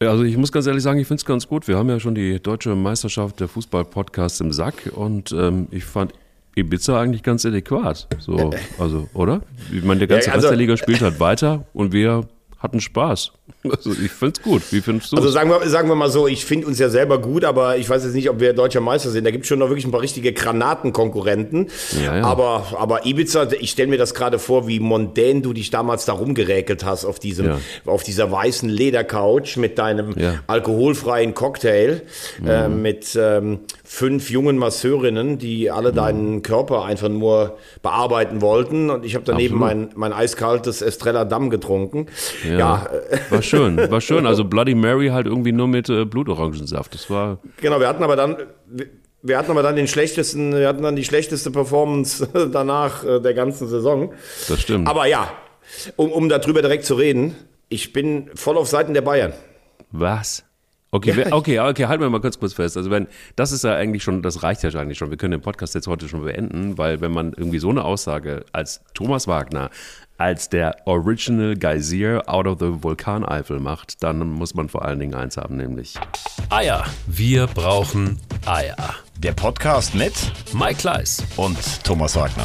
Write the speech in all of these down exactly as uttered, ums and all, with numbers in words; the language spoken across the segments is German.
Ja, also ich muss ganz ehrlich sagen, ich finde es ganz gut. Wir haben ja schon die deutsche Meisterschaft der Fußball-Podcasts im Sack und ähm, ich fand Ibiza eigentlich ganz adäquat. So, also, oder? Ich meine, der ganze Ja, also, Rest der Liga spielt halt weiter und wir hatten Spaß. Also ich finde es gut. Wie findest du es? Also sagen wir, sagen wir mal so, ich finde uns ja selber gut, aber ich weiß jetzt nicht, ob wir deutscher Meister sind. Da gibt es schon noch wirklich ein paar richtige Granatenkonkurrenten. Ja, ja. Aber, aber Ibiza, ich stelle mir das gerade vor, wie mondän du dich damals da rumgeräkelt hast auf diesem, ja. auf dieser weißen Ledercouch mit deinem ja. alkoholfreien Cocktail, mhm. äh, mit ähm, fünf jungen Masseurinnen, die alle mhm. deinen Körper einfach nur bearbeiten wollten. Und ich habe daneben mein, mein eiskaltes Estrella Damm getrunken. Ja. ja. War schön, war schön. Also Bloody Mary halt irgendwie nur mit äh, Blutorangensaft. Das war. Genau, wir hatten aber dann, wir hatten aber dann den schlechtesten, wir hatten dann die schlechteste Performance danach äh, der ganzen Saison. Das stimmt. Aber ja, um, um darüber direkt zu reden, ich bin voll auf Seiten der Bayern. Was? Okay, Ja. okay, okay, halten wir mal kurz kurz fest. Also wenn, das ist ja eigentlich schon, das reicht ja eigentlich schon. Wir können den Podcast jetzt heute schon beenden, weil wenn man irgendwie so eine Aussage als Thomas Wagner, als der Original Geysir out of the Vulkaneifel macht, dann muss man vor allen Dingen eins haben, nämlich Eier. Wir brauchen Eier. Der Podcast mit Mike Kleiss und Thomas Wagner.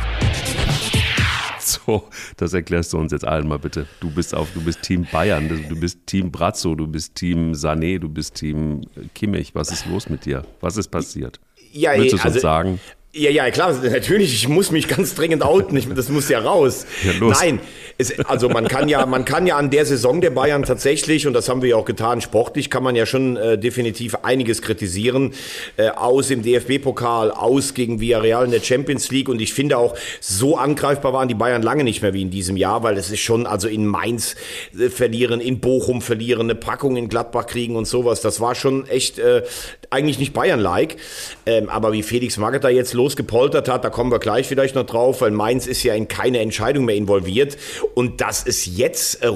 so, das erklärst du uns jetzt allen mal bitte. Du bist auf, du bist Team Bayern, du bist Team Brazzo, du bist Team Sané, du bist Team Kimmich. Was ist los mit dir? Was ist passiert? Ja, Willst du es also, uns sagen? Ja, ja, klar, natürlich, ich muss mich ganz dringend outen, ich, das muss ja raus. Ja, los. Nein, es, also man kann ja, man kann ja an der Saison der Bayern tatsächlich, und das haben wir ja auch getan, sportlich kann man ja schon äh, definitiv einiges kritisieren, äh, aus im D F B-Pokal, aus gegen Villarreal in der Champions League, und ich finde auch, so angreifbar waren die Bayern lange nicht mehr wie in diesem Jahr, weil es ist schon, also in Mainz äh, verlieren, in Bochum verlieren, eine Packung in Gladbach kriegen und sowas, das war schon echt äh, eigentlich nicht Bayern-like, ähm, aber wie Felix Magath da jetzt losgepoltert hat, da kommen wir gleich vielleicht noch drauf, weil Mainz ist ja in keine Entscheidung mehr involviert, und dass es jetzt äh,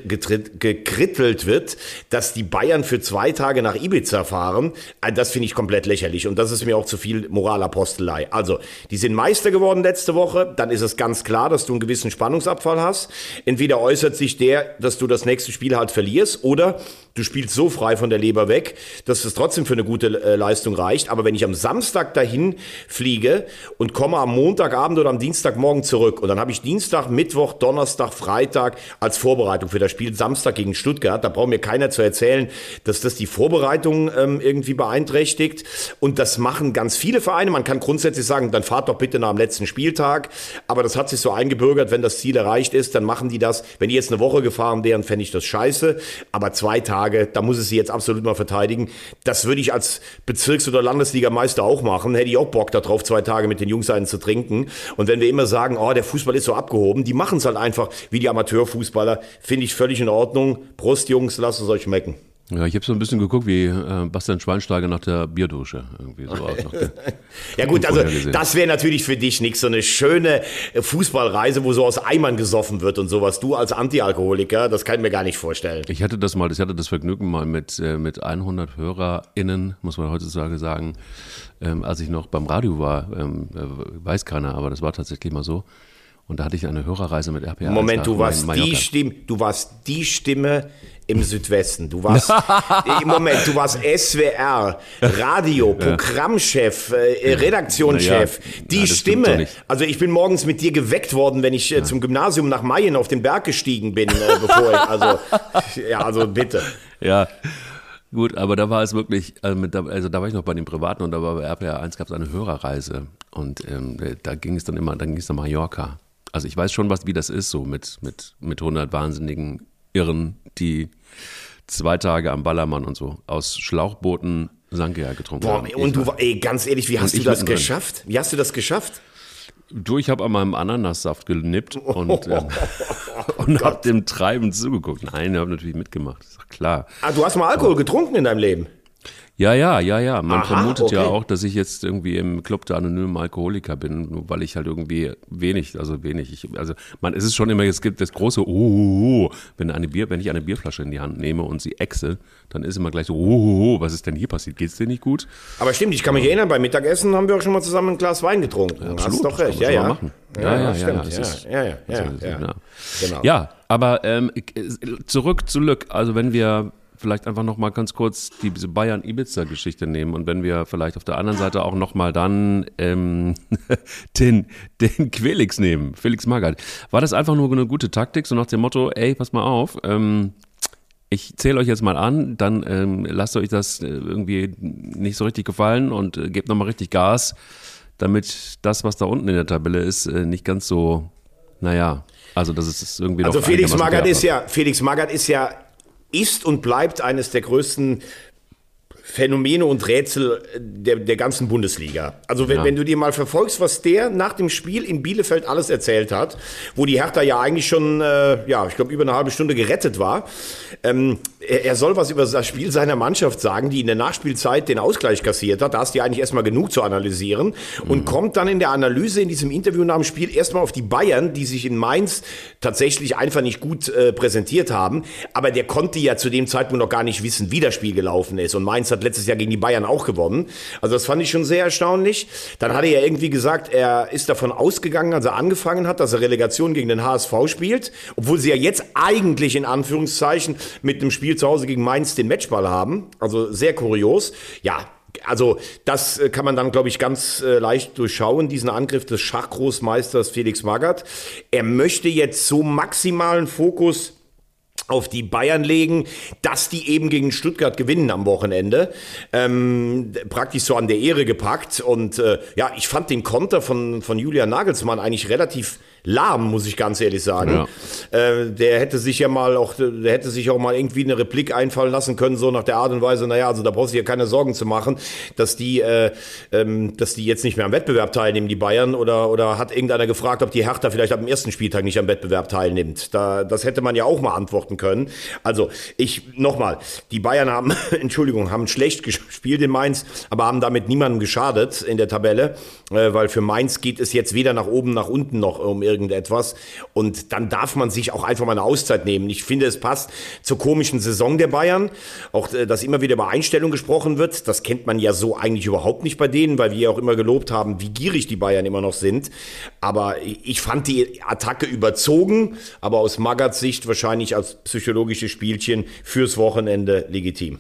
rumgekrittelt wird, dass die Bayern für zwei Tage nach Ibiza fahren, äh, das finde ich komplett lächerlich, und das ist mir auch zu viel Moralapostelei. Also, die sind Meister geworden letzte Woche, dann ist es ganz klar, dass du einen gewissen Spannungsabfall hast. Entweder äußert sich der, dass du das nächste Spiel halt verlierst, oder du spielst so frei von der Leber weg, dass es trotzdem für eine gute äh, Leistung reicht. Aber wenn ich am Samstag dahin fliege und komme am Montagabend oder am Dienstagmorgen zurück, und dann habe ich Dienstag, Mittwoch, Donnerstag, Freitag als Vorbereitung für das Spiel Samstag gegen Stuttgart, da braucht mir keiner zu erzählen, dass das die Vorbereitung ähm, irgendwie beeinträchtigt, und das machen ganz viele Vereine. Man kann grundsätzlich sagen, dann fahrt doch bitte nach dem letzten Spieltag, aber das hat sich so eingebürgert, wenn das Ziel erreicht ist, dann machen die das. Wenn die jetzt eine Woche gefahren wären, fände ich das scheiße, aber zwei Tage, da muss es sie jetzt absolut mal verteidigen. Das würde ich als Bezirks- oder Landesligameister auch machen. Hätte ich auch Bock darauf, zwei Tage mit den Jungs einen zu trinken. Und wenn wir immer sagen, oh, der Fußball ist so abgehoben, die machen es halt einfach wie die Amateurfußballer. Finde ich völlig in Ordnung. Prost, Jungs, lasst es euch schmecken. Ja, ich habe so ein bisschen geguckt wie äh, Bastian Schweinsteiger nach der Bierdusche. Irgendwie so aus, nach der ja gut, also das wäre natürlich für dich nichts, so eine schöne Fußballreise, wo so aus Eimern gesoffen wird und sowas. Du als Antialkoholiker, das kann ich mir gar nicht vorstellen. Ich hatte das mal, ich hatte das Vergnügen mal mit, äh, mit hundert HörerInnen, muss man heutzutage sagen, ähm, als ich noch beim Radio war, ähm, äh, weiß keiner, aber das war tatsächlich mal so. Und da hatte ich eine Hörerreise mit R P A. Moment, du warst die Stimme, du warst die Stimme im Südwesten. Du warst, Moment, du warst S W R, Radio, Programmchef, äh, Redaktionschef. Ja, die ja, Stimme. Also ich bin morgens mit dir geweckt worden, wenn ich äh, zum Gymnasium nach Mayen auf den Berg gestiegen bin, äh, bevor ich, also, ja, also bitte. Ja. Gut, aber da war es wirklich, also, mit, also da war ich noch bei den Privaten, und da war bei R P R eins gab es eine Hörerreise, und ähm, da ging es dann immer, dann ging es nach Mallorca. Also ich weiß schon, was wie das ist, so mit, mit, mit hundert wahnsinnigen Irren, die zwei Tage am Ballermann und so aus Schlauchbooten Sangria getrunken Boah, haben. Und ich du, ey, ganz ehrlich, wie hast du das geschafft? Wie hast du das geschafft? Du, ich habe an meinem Ananassaft genippt und, ähm, oh und habe dem Treiben zugeguckt. Nein, ich habe natürlich mitgemacht, ist doch klar. Ah, du hast mal Alkohol Aber, getrunken in deinem Leben? Ja, ja, ja, ja. Man Aha, vermutet okay. ja auch, dass ich jetzt irgendwie im Club der anonymen Alkoholiker bin, nur weil ich halt irgendwie wenig, also wenig, ich, also man, es ist schon immer, es gibt das große oh, oh, oh, wenn eine Bier, wenn ich eine Bierflasche in die Hand nehme und sie ächze, dann ist immer gleich so, oh, oh, oh, was ist denn hier passiert? Geht's dir nicht gut? Aber stimmt, ich kann mich erinnern, beim Mittagessen haben wir auch schon mal zusammen ein Glas Wein getrunken. Ja, absolut, hast doch recht, ja, ja. Machen. Ja, ja, ja, stimmt, ja, ja, ist, ja, ja, ja, ja, ja, ja. ja. Genau. Ja, aber ähm, zurück zu Lück, also wenn wir vielleicht einfach noch mal ganz kurz die, diese Bayern-Ibiza-Geschichte nehmen und wenn wir vielleicht auf der anderen Seite auch noch mal dann ähm, den, den Quelix nehmen, Felix Magath. War das einfach nur eine gute Taktik, so nach dem Motto, ey, pass mal auf, ähm, ich zähle euch jetzt mal an, dann ähm, lasst euch das irgendwie nicht so richtig gefallen und äh, gebt nochmal richtig Gas, damit das, was da unten in der Tabelle ist, äh, nicht ganz so, naja, also das ist irgendwie Also doch Felix einigermaßen Magath fair ist ja, Felix Magath ist ja, ist und bleibt eines der größten Phänomene und Rätsel der, der ganzen Bundesliga. Also wenn, Ja. wenn du dir mal verfolgst, was der nach dem Spiel in Bielefeld alles erzählt hat, wo die Hertha ja eigentlich schon, äh, ja, ich glaube, über eine halbe Stunde gerettet war. Ähm, er, er soll was über das Spiel seiner Mannschaft sagen, die in der Nachspielzeit den Ausgleich kassiert hat. Da hast du ja eigentlich erstmal genug zu analysieren. Und kommt dann in der Analyse, in diesem Interview nach dem Spiel, erstmal auf die Bayern, die sich in Mainz tatsächlich einfach nicht gut äh, präsentiert haben. Aber der konnte ja zu dem Zeitpunkt noch gar nicht wissen, wie das Spiel gelaufen ist. Und Mainz hat letztes Jahr gegen die Bayern auch gewonnen. Also das fand ich schon sehr erstaunlich. Dann hat er ja irgendwie gesagt, er ist davon ausgegangen, als er angefangen hat, dass er Relegation gegen den H S V spielt, obwohl sie ja jetzt eigentlich in Anführungszeichen mit einem Spiel zu Hause gegen Mainz den Matchball haben. Also sehr kurios. Ja, also das kann man dann, glaube ich, ganz äh, leicht durchschauen, diesen Angriff des Schachgroßmeisters Felix Magath. Er möchte jetzt so maximalen Fokus auf die Bayern legen, dass die eben gegen Stuttgart gewinnen am Wochenende. Ähm, praktisch so an der Ehre gepackt. Und äh, ja, ich fand den Konter von, von Julian Nagelsmann eigentlich relativ lahm, muss ich ganz ehrlich sagen. Ja. Äh, der hätte sich ja mal auch, der hätte sich auch mal irgendwie eine Replik einfallen lassen können, so nach der Art und Weise, naja, also da brauchst du dir keine Sorgen zu machen, dass die, äh, ähm, dass die jetzt nicht mehr am Wettbewerb teilnehmen, die Bayern, oder, oder hat irgendeiner gefragt, ob die Hertha vielleicht am ersten Spieltag nicht am Wettbewerb teilnimmt. Da, das hätte man ja auch mal antworten können. Also, ich, nochmal, die Bayern haben, Entschuldigung, haben schlecht gespielt in Mainz, aber haben damit niemandem geschadet in der Tabelle, äh, weil für Mainz geht es jetzt weder nach oben, nach unten noch um irgendetwas. Und dann darf man sich auch einfach mal eine Auszeit nehmen. Ich finde, es passt zur komischen Saison der Bayern. Auch, dass immer wieder über Einstellung gesprochen wird. Das kennt man ja so eigentlich überhaupt nicht bei denen, weil wir ja auch immer gelobt haben, wie gierig die Bayern immer noch sind. Aber ich fand die Attacke überzogen, aber aus Magaths Sicht wahrscheinlich als psychologisches Spielchen fürs Wochenende legitim.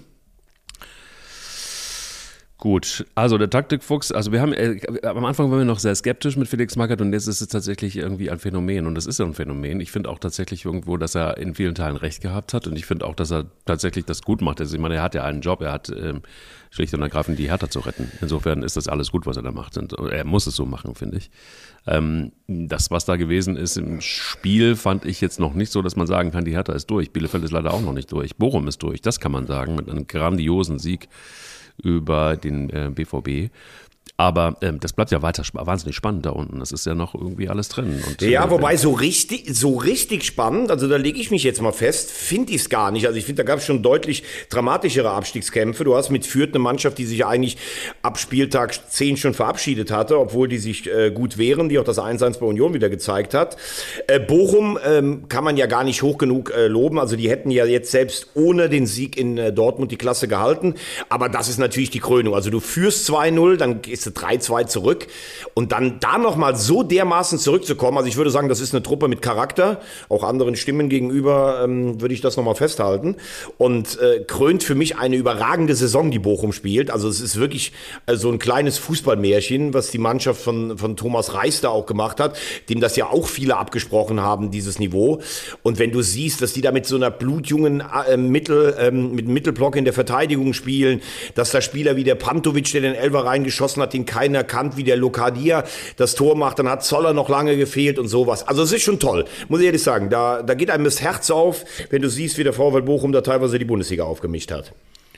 Gut, also der Taktikfuchs, also wir haben, äh, am Anfang waren wir noch sehr skeptisch mit Felix Magath und jetzt ist es tatsächlich irgendwie ein Phänomen und es ist ja ein Phänomen. Ich finde auch tatsächlich irgendwo, dass er in vielen Teilen recht gehabt hat und ich finde auch, dass er tatsächlich das gut macht. Also ich meine, er hat ja einen Job, er hat ähm, schlicht und ergreifend die Hertha zu retten. Insofern ist das alles gut, was er da macht und er muss es so machen, finde ich. Ähm, das, was da gewesen ist im Spiel, fand ich jetzt noch nicht so, dass man sagen kann, die Hertha ist durch. Bielefeld ist leider auch noch nicht durch. Bochum ist durch, das kann man sagen, mit einem grandiosen Sieg über den äh, B V B. Aber ähm, das bleibt ja weiter sp- wahnsinnig spannend da unten. Das ist ja noch irgendwie alles drin. Und, ja, äh, wobei so richtig, so richtig spannend, also da lege ich mich jetzt mal fest, finde ich es gar nicht. Also ich finde, da gab es schon deutlich dramatischere Abstiegskämpfe. Du hast mit Fürth eine Mannschaft, die sich eigentlich ab Spieltag zehn schon verabschiedet hatte, obwohl die sich äh, gut wehren, die auch das eins eins bei Union wieder gezeigt hat. Äh, Bochum ähm, kann man ja gar nicht hoch genug äh, loben. Also die hätten ja jetzt selbst ohne den Sieg in äh, Dortmund die Klasse gehalten. Aber das ist natürlich die Krönung. Also du führst zwei null, dann ist drei zwei zurück und dann da nochmal so dermaßen zurückzukommen, also ich würde sagen, das ist eine Truppe mit Charakter, auch anderen Stimmen gegenüber ähm, würde ich das nochmal festhalten und äh, krönt für mich eine überragende Saison, die Bochum spielt, also es ist wirklich äh, so ein kleines Fußballmärchen, was die Mannschaft von, von Thomas Reis da auch gemacht hat, dem das ja auch viele abgesprochen haben, dieses Niveau, und wenn du siehst, dass die da mit so einer blutjungen äh, Mittel, ähm, mit Mittelblock in der Verteidigung spielen, dass da Spieler wie der Pantovic, der den Elfer reingeschossen hat, den keiner kannt, wie der Lokadia das Tor macht, dann hat Zoller noch lange gefehlt und sowas. Also es ist schon toll, muss ich ehrlich sagen. Da, da geht einem das Herz auf, wenn du siehst, wie der VfL Bochum da teilweise die Bundesliga aufgemischt hat.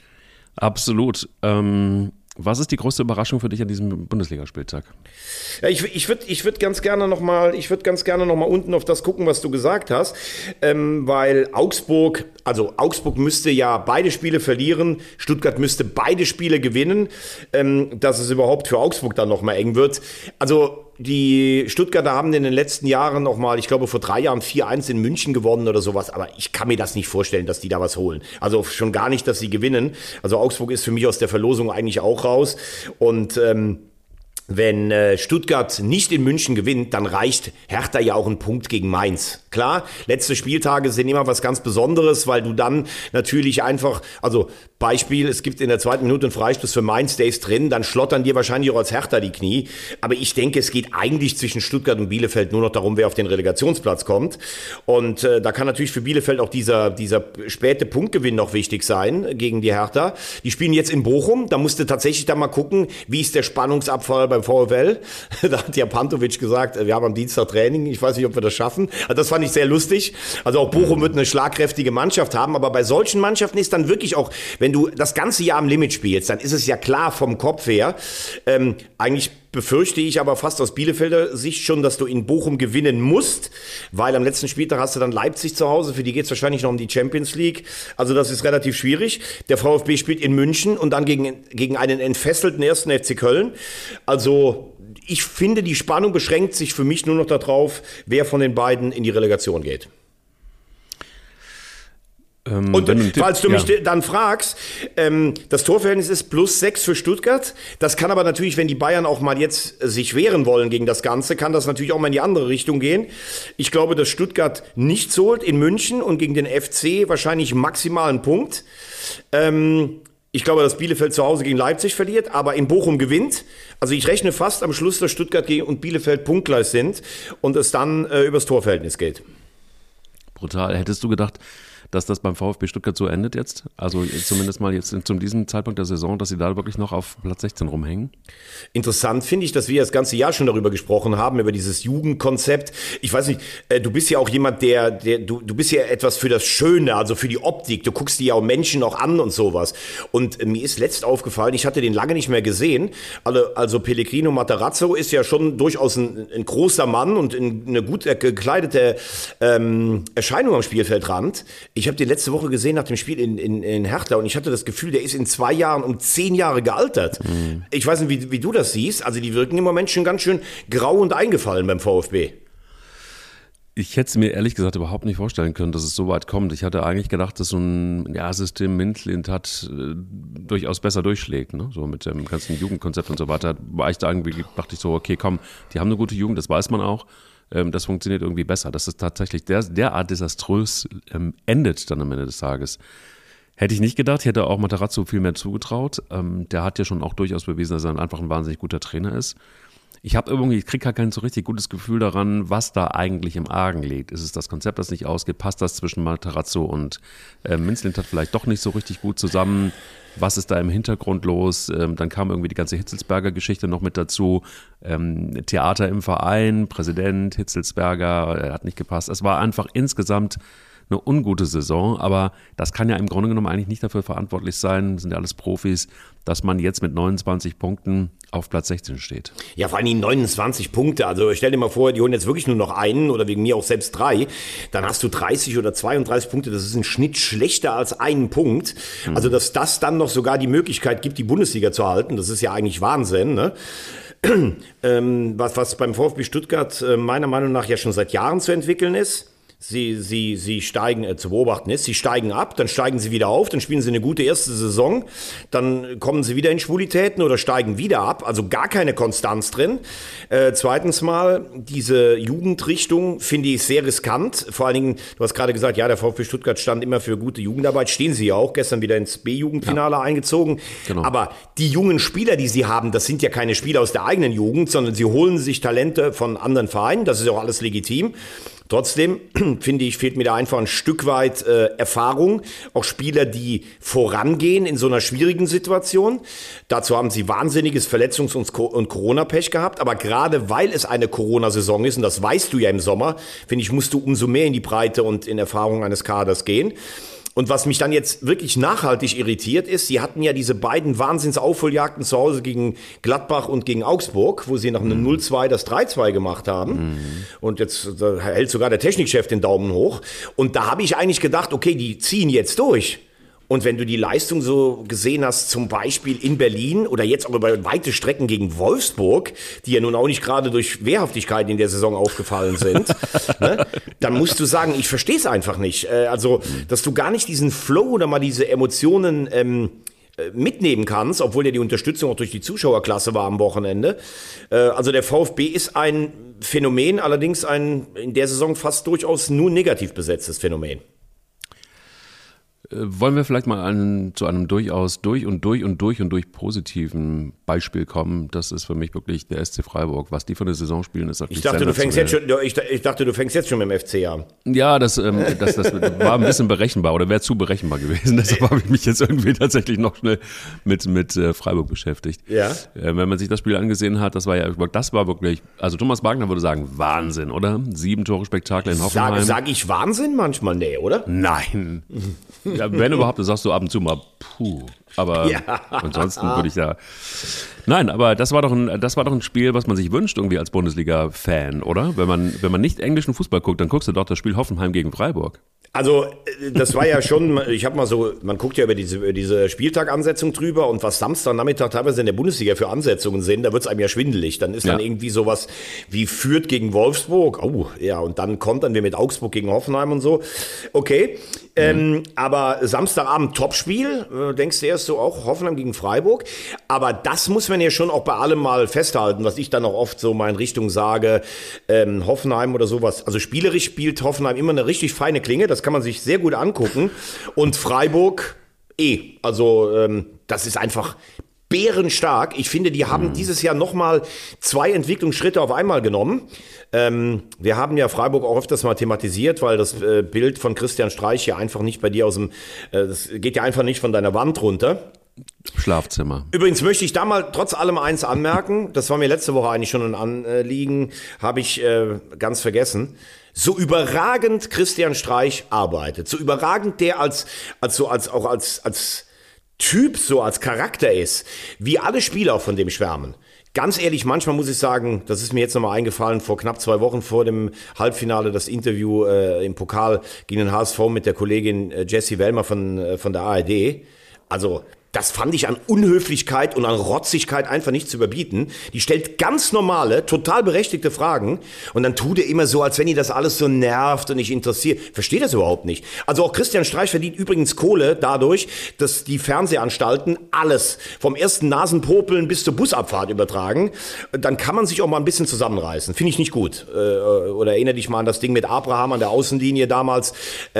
Absolut. Ähm, was ist die größte Überraschung für dich an diesem Bundesligaspieltag? Ja, ich ich würde ich würd ganz gerne noch mal, ich würde ganz gerne noch mal unten auf das gucken, was du gesagt hast, ähm, weil Augsburg, also Augsburg müsste ja beide Spiele verlieren, Stuttgart müsste beide Spiele gewinnen, ähm, dass es überhaupt für Augsburg dann noch mal eng wird. Also die Stuttgarter haben in den letzten Jahren noch mal, ich glaube vor drei Jahren vier eins in München gewonnen oder sowas, aber ich kann mir das nicht vorstellen, dass die da was holen. Also schon gar nicht, dass sie gewinnen. Also Augsburg ist für mich aus der Verlosung eigentlich auch raus und ähm, wenn äh, Stuttgart nicht in München gewinnt, dann reicht Hertha ja auch ein Punkt gegen Mainz. Klar, letzte Spieltage sind immer was ganz Besonderes, weil du dann natürlich einfach, also Beispiel, es gibt in der zweiten Minute einen Freistoß für Mainz, der ist drin, dann schlottern dir wahrscheinlich auch als Hertha die Knie. Aber ich denke, es geht eigentlich zwischen Stuttgart und Bielefeld nur noch darum, wer auf den Relegationsplatz kommt. Und äh, da kann natürlich für Bielefeld auch dieser, dieser späte Punktgewinn noch wichtig sein gegen die Hertha. Die spielen jetzt in Bochum, da musst du tatsächlich dann mal gucken, wie ist der Spannungsabfall beim VfL. Da hat ja Pantovic gesagt, wir haben am Dienstag Training, ich weiß nicht, ob wir das schaffen. Also das fand ich sehr lustig. Also auch Bochum wird eine schlagkräftige Mannschaft haben, aber bei solchen Mannschaften ist dann wirklich auch, wenn du das ganze Jahr am Limit spielst, dann ist es ja klar vom Kopf her. Ähm, eigentlich befürchte ich aber fast aus Bielefelder Sicht schon, dass du in Bochum gewinnen musst, weil am letzten Spieltag hast du dann Leipzig zu Hause, für die geht es wahrscheinlich noch um die Champions League. Also das ist relativ schwierig. Der VfB spielt in München und dann gegen, gegen einen entfesselten ersten F C Köln. Also ich finde, die Spannung beschränkt sich für mich nur noch darauf, wer von den beiden in die Relegation geht. Ähm, und wenn, falls du mich ja. dann fragst, ähm, das Torverhältnis ist plus sechs für Stuttgart. Das kann aber natürlich, wenn die Bayern auch mal jetzt sich wehren wollen gegen das Ganze, kann das natürlich auch mal in die andere Richtung gehen. Ich glaube, dass Stuttgart nichts holt in München und gegen den F C wahrscheinlich maximal einen Punkt. Ähm, Ich glaube, dass Bielefeld zu Hause gegen Leipzig verliert, aber in Bochum gewinnt. Also ich rechne fast am Schluss, dass Stuttgart und Bielefeld punktgleich sind und es dann äh, übers Torverhältnis geht. Brutal. Hättest du gedacht, dass das beim VfB Stuttgart so endet jetzt? Also zumindest mal jetzt zu diesem Zeitpunkt der Saison, dass sie da wirklich noch auf Platz sechzehn rumhängen? Interessant finde ich, dass wir das ganze Jahr schon darüber gesprochen haben, über dieses Jugendkonzept. Ich weiß nicht, du bist ja auch jemand, der, der du, du bist ja etwas für das Schöne, also für die Optik. Du guckst dir ja auch Menschen auch an und sowas. Und mir ist letzt aufgefallen, ich hatte den lange nicht mehr gesehen. Also, also Pellegrino Matarazzo ist ja schon durchaus ein, ein großer Mann und eine gut gekleidete ähm, Erscheinung am Spielfeldrand. Ich habe den letzte Woche gesehen nach dem Spiel in, in, in Hertha und ich hatte das Gefühl, der ist in zwei Jahren um zehn Jahre gealtert. Mhm. Ich weiß nicht, wie, wie du das siehst. Also die wirken im Moment schon ganz schön grau und eingefallen beim VfB. Ich hätte es mir ehrlich gesagt überhaupt nicht vorstellen können, dass es so weit kommt. Ich hatte eigentlich gedacht, dass so ein ja, System Mindlint hat äh, durchaus besser durchschlägt, ne? So mit dem ganzen Jugendkonzept und so weiter. War ich da irgendwie, dachte ich so, okay, komm, die haben eine gute Jugend, das weiß man auch. Das funktioniert irgendwie besser. Dass es tatsächlich der, derart desaströs ähm, endet dann am Ende des Tages. Hätte ich nicht gedacht, ich hätte auch Matarazzo viel mehr zugetraut. Ähm, der hat ja schon auch durchaus bewiesen, dass er einfach ein wahnsinnig guter Trainer ist. Ich habe irgendwie, ich kriege halt kein so richtig gutes Gefühl daran, was da eigentlich im Argen liegt. Ist es das Konzept, das nicht ausgeht? Passt das zwischen Matarazzo und äh, Mindlint vielleicht doch nicht so richtig gut zusammen? Was ist da im Hintergrund los? Ähm, dann kam irgendwie die ganze Hitzelsberger Geschichte noch mit dazu. Ähm, Theater im Verein, Präsident Hitzelsberger, er hat nicht gepasst. Es war einfach insgesamt eine ungute Saison, aber das kann ja im Grunde genommen eigentlich nicht dafür verantwortlich sein, das sind ja alles Profis, dass man jetzt mit neunundzwanzig Punkten auf Platz sechzehn steht. Ja, vor allem neunundzwanzig Punkte, also stell dir mal vor, die holen jetzt wirklich nur noch einen oder wegen mir auch selbst drei, dann hast du dreißig oder zweiunddreißig Punkte, das ist ein Schnitt schlechter als einen Punkt. Mhm. Also dass das dann noch sogar die Möglichkeit gibt, die Bundesliga zu halten, das ist ja eigentlich Wahnsinn, ne? ähm, was, was beim VfB Stuttgart äh, meiner Meinung nach ja schon seit Jahren zu entwickeln ist. Sie, sie, sie steigen, äh, zu beobachten ist, sie steigen ab, dann steigen sie wieder auf, dann spielen sie eine gute erste Saison, dann kommen sie wieder in Schwulitäten oder steigen wieder ab, also gar keine Konstanz drin. Äh, zweitens mal, diese Jugendrichtung finde ich sehr riskant, vor allen Dingen, du hast gerade gesagt, ja, der VfB Stuttgart stand immer für gute Jugendarbeit, stehen sie ja auch, gestern wieder ins B-Jugendfinale ja. eingezogen, genau. Aber die jungen Spieler, die sie haben, das sind ja keine Spieler aus der eigenen Jugend, sondern sie holen sich Talente von anderen Vereinen, das ist ja auch alles legitim. Trotzdem, finde ich, fehlt mir da einfach ein Stück weit äh, Erfahrung. Auch Spieler, die vorangehen in so einer schwierigen Situation. Dazu haben sie wahnsinniges Verletzungs- und, Co- und Corona-Pech gehabt. Aber gerade weil es eine Corona-Saison ist, und das weißt du ja im Sommer, finde ich, musst du umso mehr in die Breite und in Erfahrung eines Kaders gehen. Und was mich dann jetzt wirklich nachhaltig irritiert ist, sie hatten ja diese beiden Wahnsinnsaufholjagden zu Hause gegen Gladbach und gegen Augsburg, wo sie nach einem null zwei das drei zwei gemacht haben. Mhm. Und jetzt da hält sogar der Technikchef den Daumen hoch. Und da habe ich eigentlich gedacht, okay, die ziehen jetzt durch. Und wenn du die Leistung so gesehen hast, zum Beispiel in Berlin oder jetzt auch über weite Strecken gegen Wolfsburg, die ja nun auch nicht gerade durch Wehrhaftigkeit in der Saison aufgefallen sind, ne, dann musst du sagen, ich verstehe es einfach nicht. Also, dass du gar nicht diesen Flow oder mal diese Emotionen ähm, mitnehmen kannst, obwohl ja die Unterstützung auch durch die Zuschauerklasse war am Wochenende. Also der VfB ist ein Phänomen, allerdings ein in der Saison fast durchaus nur negativ besetztes Phänomen. Wollen wir vielleicht mal einen, zu einem durchaus durch und durch und durch und durch positiven Beispiel kommen? Das ist für mich wirklich der S C Freiburg. Was die für eine Saison spielen, ist wirklich ich dachte, du fängst jetzt schon, ich, ich dachte, du fängst jetzt schon mit dem F C an. Ja, das, ähm, das, das war ein bisschen berechenbar oder wäre zu berechenbar gewesen. Deshalb habe ich mich jetzt irgendwie tatsächlich noch schnell mit, mit äh, Freiburg beschäftigt. Ja. Äh, wenn man sich das Spiel angesehen hat, das war ja, das war wirklich, also Thomas Wagner würde sagen, Wahnsinn, oder? Sieben Tore Spektakel in Hoffenheim. Sag, sag ich Wahnsinn manchmal? Nee, oder? Nein. Ja, wenn überhaupt, dann sagst du ab und zu mal, puh. Aber ja. ansonsten würde ich da. Nein, aber das war doch ein, das war doch ein Spiel, was man sich wünscht, irgendwie als Bundesliga-Fan, oder? Wenn man, wenn man nicht englischen Fußball guckt, dann guckst du doch das Spiel Hoffenheim gegen Freiburg. Also, das war ja schon, ich habe mal so, man guckt ja über diese, über diese Spieltagansetzung drüber und was Samstagnachmittag teilweise in der Bundesliga für Ansetzungen sind, da wird es einem ja schwindelig. Dann ist ja. dann irgendwie sowas wie Fürth gegen Wolfsburg, oh, ja, und dann kommt dann wir mit Augsburg gegen Hoffenheim und so. Okay, mhm. ähm, aber Samstagabend Topspiel, äh, denkst du erst so auch Hoffenheim gegen Freiburg, aber das muss man ja schon auch bei allem mal festhalten, was ich dann auch oft so mal in Richtung sage, ähm, Hoffenheim oder sowas. Also spielerisch spielt Hoffenheim immer eine richtig feine Klinge, das kann man sich sehr gut angucken. Und Freiburg eh. Also ähm, das ist einfach bärenstark. Ich finde, die haben mhm. dieses Jahr nochmal zwei Entwicklungsschritte auf einmal genommen. Ähm, wir haben ja Freiburg auch öfters mal thematisiert, weil das äh, Bild von Christian Streich ja einfach nicht bei dir aus dem, äh, das geht ja einfach nicht von deiner Wand runter. Schlafzimmer. Übrigens möchte ich da mal trotz allem eins anmerken, das war mir letzte Woche eigentlich schon ein Anliegen, habe ich äh, ganz vergessen. So überragend Christian Streich arbeitet, so überragend der als, als so, als, auch als, als Typ, so als Charakter ist, wie alle Spieler von dem schwärmen. Ganz ehrlich, manchmal muss ich sagen, das ist mir jetzt nochmal eingefallen, vor knapp zwei Wochen vor dem Halbfinale, das Interview äh, im Pokal gegen den H S V mit der Kollegin äh, Jessie Wellmer von, äh, von der A R D. Also, das fand ich an Unhöflichkeit und an Rotzigkeit einfach nicht zu überbieten. Die stellt ganz normale, total berechtigte Fragen und dann tut er immer so, als wenn ihn das alles so nervt und nicht interessiert. Versteht das überhaupt nicht. Also auch Christian Streich verdient übrigens Kohle dadurch, dass die Fernsehanstalten alles vom ersten Nasenpopeln bis zur Busabfahrt übertragen. Dann kann man sich auch mal ein bisschen zusammenreißen. Finde ich nicht gut. Oder erinnere dich mal an das Ding mit Abraham an der Außenlinie damals.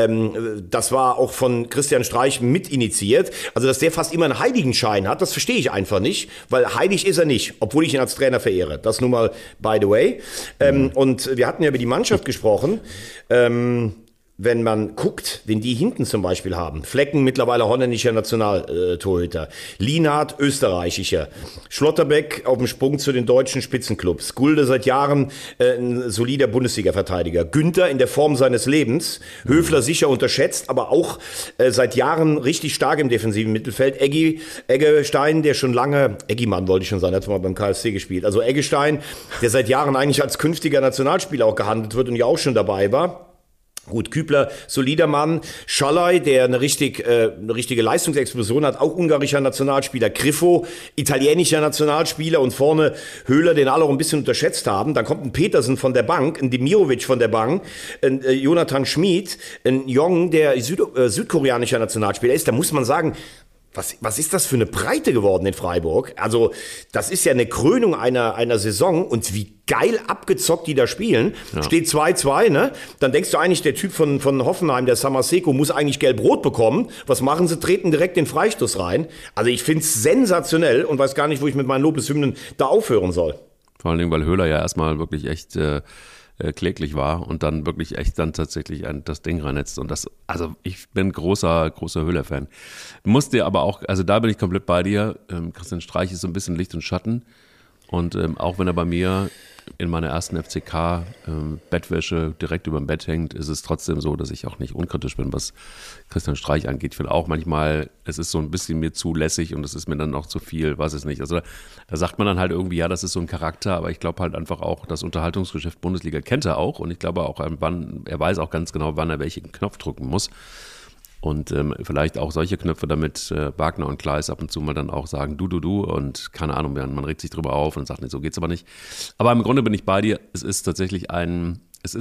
Das war auch von Christian Streich mit initiiert. Also dass der fast immer einen Heiligenschein hat, das verstehe ich einfach nicht, weil heilig ist er nicht, obwohl ich ihn als Trainer verehre. Das nur mal by the way. Ähm, mhm. Und wir hatten ja über die Mannschaft gesprochen. Ähm, wenn man guckt, wen die hinten zum Beispiel haben. Flecken, mittlerweile holländischer Nationaltorhüter. Lienhardt, österreichischer. Schlotterbeck auf dem Sprung zu den deutschen Spitzenclubs. Gulde seit Jahren äh, ein solider Bundesliga-Verteidiger. Günther in der Form seines Lebens. Höfler sicher unterschätzt, aber auch äh, seit Jahren richtig stark im defensiven Mittelfeld. Eggi, Eggestein, der schon lange, Eggimann wollte ich schon sagen, hat mal beim K S C gespielt. Also Eggestein, der seit Jahren eigentlich als künftiger Nationalspieler auch gehandelt wird und ja auch schon dabei war. Gut, Kübler, solider Mann. Schalay, der eine, richtig, äh, eine richtige Leistungsexplosion hat, auch ungarischer Nationalspieler. Griffo, italienischer Nationalspieler und vorne Höhler, den alle auch ein bisschen unterschätzt haben. Dann kommt ein Petersen von der Bank, ein Demirovic von der Bank, ein äh, Jonathan Schmid, ein Jong, der Süd, äh, südkoreanischer Nationalspieler ist. Da muss man sagen, Was, was ist das für eine Breite geworden in Freiburg? Also, das ist ja eine Krönung einer, einer Saison und wie geil abgezockt die da spielen. Ja. Steht zwei zwei, ne? Dann denkst du eigentlich, der Typ von, von Hoffenheim, der Samaseko, muss eigentlich gelb-rot bekommen. Was machen sie? Treten direkt den Freistoß rein. Also, ich find's sensationell und weiß gar nicht, wo ich mit meinen Lobeshymnen da aufhören soll. Vor allen Dingen, weil Höhler ja erstmal wirklich echt äh, äh, kläglich war und dann wirklich echt dann tatsächlich ein, das Ding reinsetzt. Und das, also ich bin großer, großer Höhler-Fan. Muss dir aber auch, also da bin ich komplett bei dir. Ähm, Christian Streich ist so ein bisschen Licht und Schatten. Und ähm, auch wenn er bei mir in meiner ersten F C K-Bettwäsche ähm, direkt über dem Bett hängt, ist es trotzdem so, dass ich auch nicht unkritisch bin, was Christian Streich angeht. Ich finde auch manchmal, es ist so ein bisschen mir zu lässig und es ist mir dann auch zu viel, weiß es nicht. Also da, da sagt man dann halt irgendwie, ja, das ist so ein Charakter, aber ich glaube halt einfach auch, das Unterhaltungsgeschäft Bundesliga kennt er auch und ich glaube auch, wann, er weiß auch ganz genau, wann er welchen Knopf drücken muss. Und ähm, vielleicht auch solche Knöpfe, damit äh, Wagner und Kleis ab und zu mal dann auch sagen, du, du, du und keine Ahnung, man, man regt sich drüber auf und sagt, nee, so geht's aber nicht. Aber im Grunde bin ich bei dir, es ist tatsächlich ein, es ist ein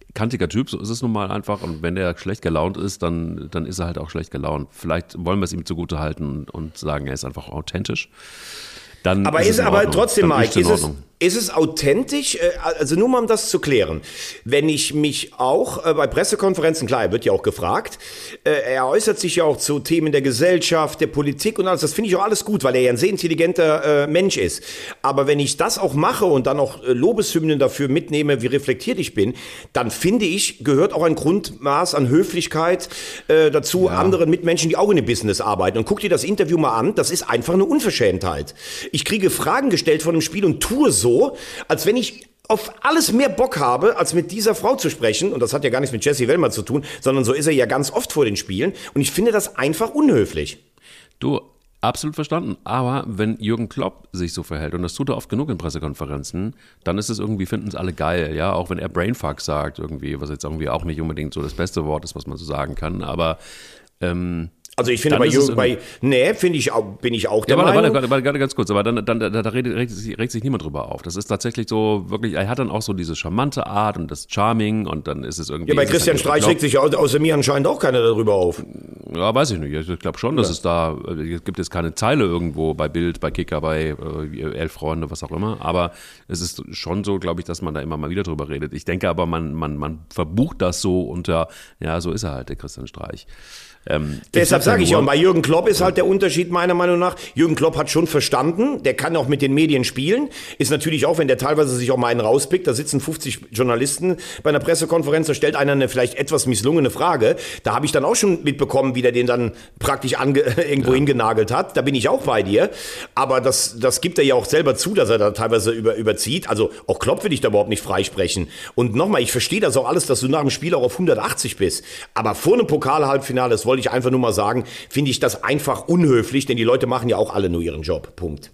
kantiger Typ, so ist es nun mal einfach. Und wenn der schlecht gelaunt ist, dann, dann ist er halt auch schlecht gelaunt. Vielleicht wollen wir es ihm zugute halten und sagen, er ist einfach authentisch. Dann aber ist, ist es aber trotzdem, Mike, ist es, ist ist es authentisch? Also nur mal um das zu klären. Wenn ich mich auch äh, bei Pressekonferenzen, klar, er wird ja auch gefragt, äh, er äußert sich ja auch zu Themen der Gesellschaft, der Politik und alles. Das finde ich auch alles gut, weil er ja ein sehr intelligenter äh, Mensch ist. Aber wenn ich das auch mache und dann auch äh, Lobeshymnen dafür mitnehme, wie reflektiert ich bin, dann finde ich, gehört auch ein Grundmaß an Höflichkeit äh, dazu, ja. anderen Mitmenschen, die auch in dem Business arbeiten. Und guck dir das Interview mal an, das ist einfach eine Unverschämtheit. Ich kriege Fragen gestellt von dem Spiel und tue so, als wenn ich auf alles mehr Bock habe, als mit dieser Frau zu sprechen. Und das hat ja gar nichts mit Jesse Wellmer zu tun, sondern so ist er ja ganz oft vor den Spielen. Und ich finde das einfach unhöflich. Du, absolut verstanden. Aber wenn Jürgen Klopp sich so verhält, und das tut er oft genug in Pressekonferenzen, dann ist es irgendwie, finden es alle geil. Ja, auch wenn er Brainfuck sagt irgendwie, was jetzt irgendwie auch nicht unbedingt so das beste Wort ist, was man so sagen kann. Aber ähm, Also ich finde bei Jürgen, bei, nee, finde ich auch, bin ich auch der ja, warte, Meinung. Warte, warte, warte, ganz kurz, aber dann, dann da, da regt, regt, sich, regt sich niemand drüber auf. Das ist tatsächlich so, wirklich, er hat dann auch so diese charmante Art und das Charming und dann ist es irgendwie... Ja, bei Christian halt Streich regt sich außer mir anscheinend auch keiner darüber auf. Ja, weiß ich nicht. Ich glaube schon, dass ja. es da, es gibt jetzt keine Zeile irgendwo bei Bild, bei Kicker, bei äh, Elf Freunde, was auch immer, aber es ist schon so, glaube ich, dass man da immer mal wieder drüber redet. Ich denke aber, man, man, man verbucht das so unter, ja, so ist er halt, der Christian Streich. Ähm, Deshalb sage ich ja, und bei Jürgen Klopp ist halt der Unterschied meiner Meinung nach, Jürgen Klopp hat schon verstanden, der kann auch mit den Medien spielen, ist natürlich auch, wenn der teilweise sich auch mal einen rauspickt, da sitzen fünfzig Journalisten bei einer Pressekonferenz, da stellt einer eine vielleicht etwas misslungene Frage, da habe ich dann auch schon mitbekommen, wie der den dann praktisch ange- irgendwo ja. hingenagelt hat, da bin ich auch bei dir, aber das, das gibt er ja auch selber zu, dass er da teilweise über, überzieht, also auch Klopp will ich da überhaupt nicht freisprechen und nochmal, ich verstehe das auch alles, dass du nach dem Spiel auch auf hundertachtzig bist, aber vor einem Pokal-Halbfinale, das wollte ich einfach nur mal sagen, finde ich das einfach unhöflich, denn die Leute machen ja auch alle nur ihren Job. Punkt.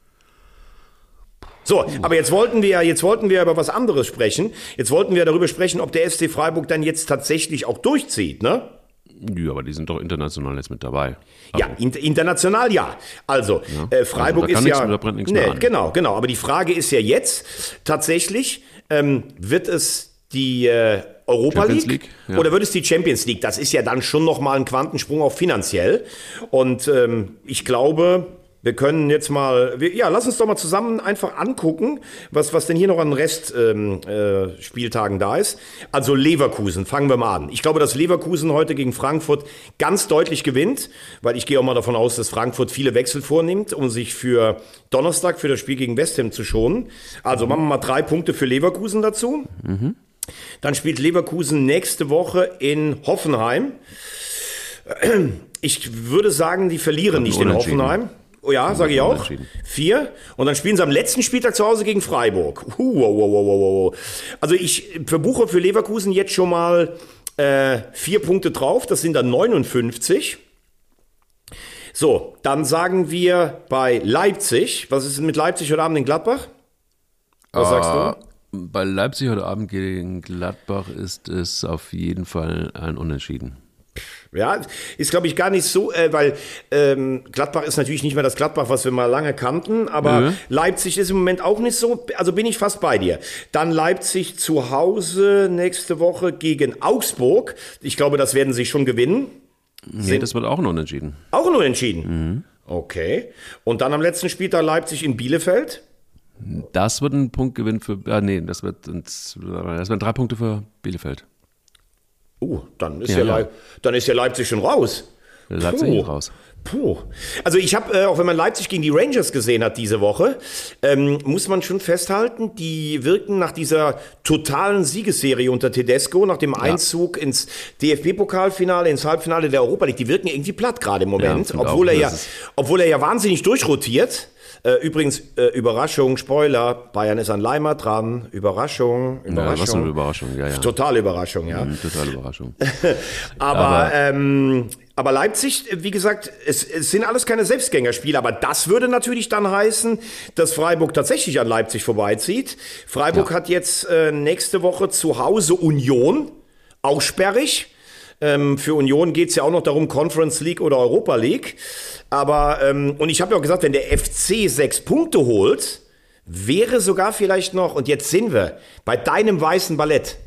So, aber jetzt wollten wir jetzt wollten wir über was anderes sprechen. Jetzt wollten wir darüber sprechen, ob der S C Freiburg dann jetzt tatsächlich auch durchzieht, ne? Ja, aber die sind doch international jetzt mit dabei. Also. Ja, inter- international ja. Also, ja. Äh, Freiburg also, da kann ist nichts, ja... Da brennt nichts nee, mehr an. Genau, genau. Aber die Frage ist ja jetzt, tatsächlich, ähm, wird es die... Äh, Europa League, League ja. oder wird es die Champions League? Das ist ja dann schon nochmal ein Quantensprung auch finanziell. Und ähm, ich glaube, wir können jetzt mal, wir, ja, lass uns doch mal zusammen einfach angucken, was, was denn hier noch an Restspieltagen ähm, äh, Spieltagen da ist. Also Leverkusen, fangen wir mal an. Ich glaube, dass Leverkusen heute gegen Frankfurt ganz deutlich gewinnt, weil ich gehe auch mal davon aus, dass Frankfurt viele Wechsel vornimmt, um sich für Donnerstag, für das Spiel gegen West Ham zu schonen. Also mhm. machen wir mal drei Punkte für Leverkusen dazu. Mhm. Dann spielt Leverkusen nächste Woche in Hoffenheim. Ich würde sagen, die verlieren nicht in Hoffenheim. Oh ja, sage ich auch. Vier. Und dann spielen sie am letzten Spieltag zu Hause gegen Freiburg. Uh, wow, wow, wow, wow. Also ich verbuche für Leverkusen jetzt schon mal äh, vier Punkte drauf. Das sind dann neunundfünfzig. So, dann sagen wir bei Leipzig. Was ist mit Leipzig heute Abend in Gladbach? Was uh. sagst du? Bei Leipzig heute Abend gegen Gladbach ist es auf jeden Fall ein Unentschieden. Ja, ist glaube ich gar nicht so, äh, weil ähm, Gladbach ist natürlich nicht mehr das Gladbach, was wir mal lange kannten, aber mhm. Leipzig ist im Moment auch nicht so, also bin ich fast bei dir. Dann Leipzig zu Hause nächste Woche gegen Augsburg. Ich glaube, das werden sie schon gewinnen. Nee, Sind das wird auch ein Unentschieden. Auch ein Unentschieden? Mhm. Okay. Und dann am letzten Spieltag Leipzig in Bielefeld. Das wird ein Punktgewinn für, ah nee, das wird, das werden drei Punkte für Bielefeld. Uh, dann ist ja, ja, ja. Leip- dann ist ja Leipzig schon raus. Leipzig Puh. ist raus. Puh. Also ich habe, äh, auch wenn man Leipzig gegen die Rangers gesehen hat diese Woche, ähm, muss man schon festhalten, die wirken nach dieser totalen Siegesserie unter Tedesco, nach dem ja. Einzug ins D F B-Pokalfinale, ins Halbfinale der Europa League, die wirken irgendwie platt gerade im Moment, ja, obwohl, auch, er ja, obwohl er ja wahnsinnig durchrotiert. Äh, übrigens, äh, Überraschung, Spoiler, Bayern ist an Leimer dran, Überraschung, Überraschung. Ja, was eine Überraschung, ja, ja. Totale Überraschung, ja. Mhm, totale Überraschung. aber, aber, ähm, aber Leipzig, wie gesagt, es, es sind alles keine Selbstgängerspiele, aber das würde natürlich dann heißen, dass Freiburg tatsächlich an Leipzig vorbeizieht. Freiburg ja. hat jetzt äh, nächste Woche zu Hause Union, auch sperrig. Ähm, für Union geht es ja auch noch darum, Conference League oder Europa League. Aber, ähm, und ich habe ja auch gesagt, wenn der F C sechs Punkte holt, wäre sogar vielleicht noch, und jetzt sind wir bei deinem weißen Ballett,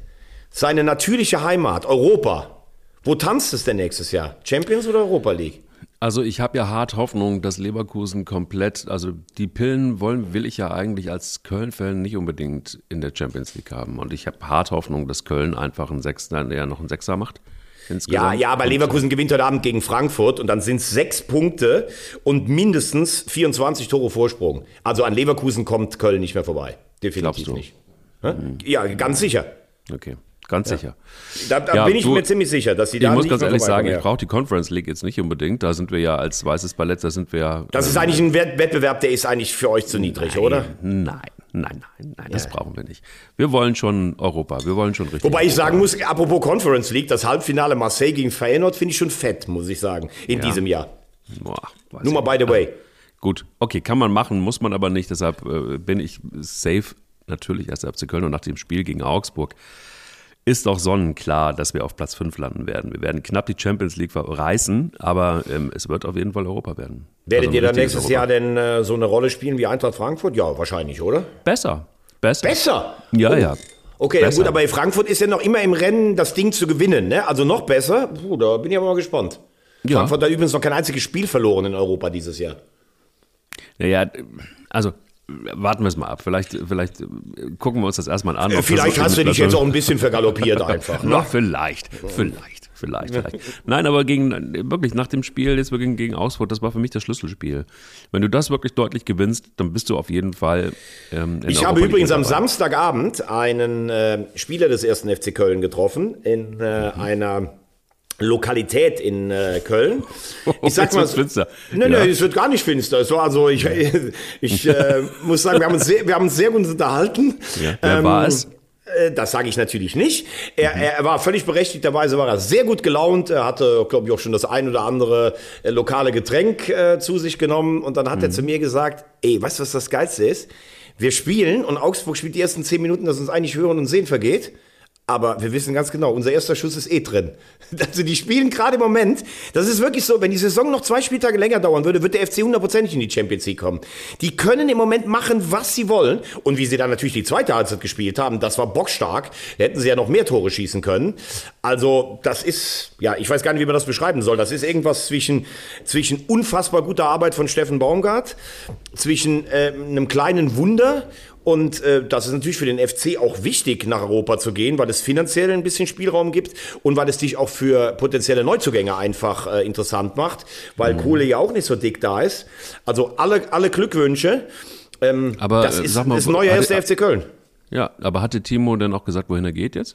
seine natürliche Heimat, Europa. Wo tanzt es denn nächstes Jahr? Champions oder Europa League? Also ich habe ja hart Hoffnung, dass Leverkusen komplett, also die Pillen wollen, will ich ja eigentlich als Köln-Fan nicht unbedingt in der Champions League haben. Und ich habe hart Hoffnung, dass Köln einfach einen Sechster, eher noch einen Sechser macht. Ja, ja, aber Leverkusen gewinnt heute Abend gegen Frankfurt und dann sind es sechs Punkte und mindestens vierundzwanzig Tore Vorsprung. Also an Leverkusen kommt Köln nicht mehr vorbei. Definitiv nicht. Hm? Ja, ganz sicher. Okay. Ganz ja. sicher. Da, da ja, bin ich du, mir ziemlich sicher, dass die da Ich muss nicht ganz ehrlich sagen, ja. ich brauche die Conference League jetzt nicht unbedingt. Da sind wir ja als weißes Ballett, da sind wir ja... Das ist eigentlich ein Wettbewerb, der ist eigentlich für euch zu niedrig, nein, oder? Nein, nein, nein, nein, das ja. brauchen wir nicht. Wir wollen schon Europa, wir wollen schon richtig... Wobei ich Europa. sagen muss, apropos Conference League, das Halbfinale Marseille gegen Feyenoord finde ich schon fett, muss ich sagen, in ja. diesem Jahr. Boah, Nur mal by the way. Gut, okay, kann man machen, muss man aber nicht. Deshalb äh, bin ich safe, natürlich erst F C Köln und nach dem Spiel gegen Augsburg ist doch sonnenklar, dass wir auf Platz fünf landen werden. Wir werden knapp die Champions League reißen, aber ähm, es wird auf jeden Fall Europa werden. Werdet also ihr dann nächstes Europa. Jahr denn äh, so eine Rolle spielen wie Eintracht Frankfurt? Ja, wahrscheinlich, oder? Besser. Besser? Besser? Ja, oh. ja. Okay, ja gut, aber Frankfurt ist ja noch immer im Rennen, das Ding zu gewinnen, ne? Also noch besser. Puh, da bin ich aber mal gespannt. Ja. Frankfurt hat übrigens noch kein einziges Spiel verloren in Europa dieses Jahr. Naja, also... Warten wir es mal ab. Vielleicht, vielleicht gucken wir uns das erstmal an. Äh, vielleicht hast du dich jetzt auch ein bisschen vergaloppiert einfach. Ne? vielleicht, vielleicht, vielleicht, vielleicht. Nein, aber gegen, wirklich nach dem Spiel, jetzt wirklich gegen Augsburg, das war für mich das Schlüsselspiel. Wenn du das wirklich deutlich gewinnst, dann bist du auf jeden Fall ähm, in Ich habe übrigens am Samstagabend einen äh, Spieler des ersten F C Köln getroffen in äh, mhm. einer Lokalität in äh, Köln. Ich sag mal, finster. Nein, ja. nein, es wird gar nicht finster. Es war also, ich, ich äh, muss sagen, wir haben uns sehr, wir haben uns sehr gut unterhalten. Ja. Wer ähm, war es? Das sage ich natürlich nicht. Er, mhm. er war völlig berechtigterweise, war er sehr gut gelaunt. Er hatte, glaube ich, auch schon das ein oder andere äh, lokale Getränk äh, zu sich genommen. Und dann hat mhm. er zu mir gesagt, ey, weißt du, was das Geilste ist? Wir spielen und Augsburg spielt die ersten zehn Minuten, dass uns eigentlich Hören und Sehen vergeht. Aber wir wissen ganz genau, unser erster Schuss ist eh drin. Also die spielen gerade im Moment, das ist wirklich so, wenn die Saison noch zwei Spieltage länger dauern würde, wird der F C hundertprozentig in die Champions League kommen. Die können im Moment machen, was sie wollen. Und wie sie dann natürlich die zweite Halbzeit gespielt haben, das war bockstark. Da hätten sie ja noch mehr Tore schießen können. Also das ist, ja, ich weiß gar nicht, wie man das beschreiben soll. Das ist irgendwas zwischen, zwischen unfassbar guter Arbeit von Steffen Baumgart, zwischen äh, einem kleinen Wunder. Und äh, das ist natürlich für den F C auch wichtig, nach Europa zu gehen, weil es finanziell ein bisschen Spielraum gibt und weil es dich auch für potenzielle Neuzugänge einfach äh, interessant macht, weil mhm. Kohle ja auch nicht so dick da ist. Also alle, alle Glückwünsche. Ähm, aber das ist sag mal, das neue erste F C Köln. Ja, aber hatte Timo denn auch gesagt, wohin er geht jetzt?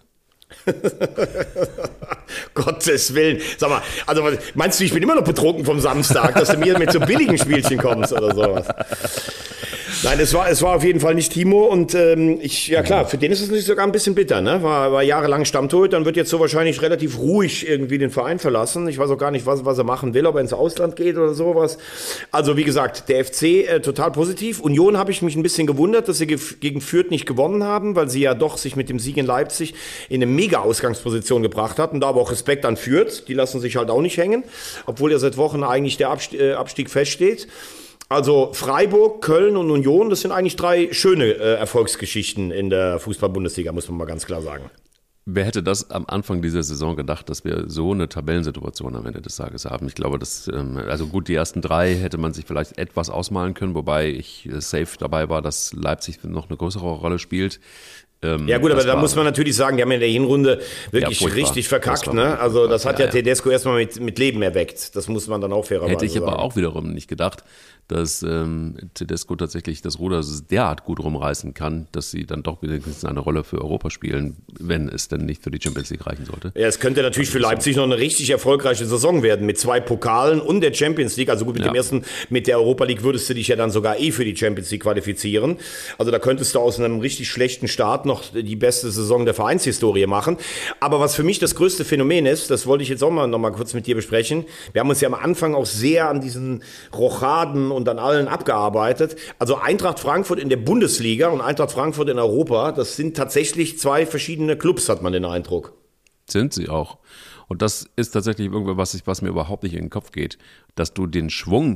Gottes Willen. Sag mal, also meinst du, ich bin immer noch betrunken vom Samstag, dass du mir mit so billigen Spielchen kommst oder sowas? Nein, es war, es war auf jeden Fall nicht Timo und ähm, ich, ja klar, für den ist es natürlich sogar ein bisschen bitter, ne? War, war jahrelang Stammtorhüter, dann wird jetzt so wahrscheinlich relativ ruhig irgendwie den Verein verlassen. Ich weiß auch gar nicht, was, was er machen will, ob er ins Ausland geht oder sowas. Also wie gesagt, der F C äh, total positiv. Union habe ich mich ein bisschen gewundert, dass sie ge- gegen Fürth nicht gewonnen haben, weil sie ja doch sich mit dem Sieg in Leipzig in eine mega Ausgangsposition gebracht hatten. Da aber auch Respekt an Fürth, die lassen sich halt auch nicht hängen, obwohl ja seit Wochen eigentlich der Abstieg, äh, Abstieg feststeht. Also Freiburg, Köln und Union, das sind eigentlich drei schöne äh, Erfolgsgeschichten in der Fußball-Bundesliga, muss man mal ganz klar sagen. Wer hätte das am Anfang dieser Saison gedacht, dass wir so eine Tabellensituation am Ende des Tages haben? Ich glaube, dass, ähm, also gut, die ersten drei hätte man sich vielleicht etwas ausmalen können, wobei ich äh, safe dabei war, dass Leipzig noch eine größere Rolle spielt. Ähm, ja gut, aber da muss man natürlich sagen, die haben in der Hinrunde wirklich ja, richtig verkackt. Ne? Also das hat ja, ja Tedesco erstmal mit, mit Leben erweckt. Das muss man dann auch fairerweise sagen. Hätte ich aber auch wiederum nicht gedacht, dass ähm, Tedesco tatsächlich das Ruder derart gut rumreißen kann, dass sie dann doch wenigstens eine Rolle für Europa spielen, wenn es denn nicht für die Champions League reichen sollte. Ja, es könnte natürlich für Leipzig noch eine richtig erfolgreiche Saison werden mit zwei Pokalen und der Champions League. Also gut, mit ja. dem ersten, mit der Europa League würdest du dich ja dann sogar eh für die Champions League qualifizieren. Also da könntest du aus einem richtig schlechten Start noch die beste Saison der Vereinshistorie machen. Aber was für mich das größte Phänomen ist, das wollte ich jetzt auch mal noch mal kurz mit dir besprechen. Wir haben uns ja am Anfang auch sehr an diesen Rochaden und an allen abgearbeitet. Also Eintracht Frankfurt in der Bundesliga und Eintracht Frankfurt in Europa, das sind tatsächlich zwei verschiedene Clubs, hat man den Eindruck. Sind sie auch. Und das ist tatsächlich irgendwas, was, ich, was mir überhaupt nicht in den Kopf geht, dass du den Schwung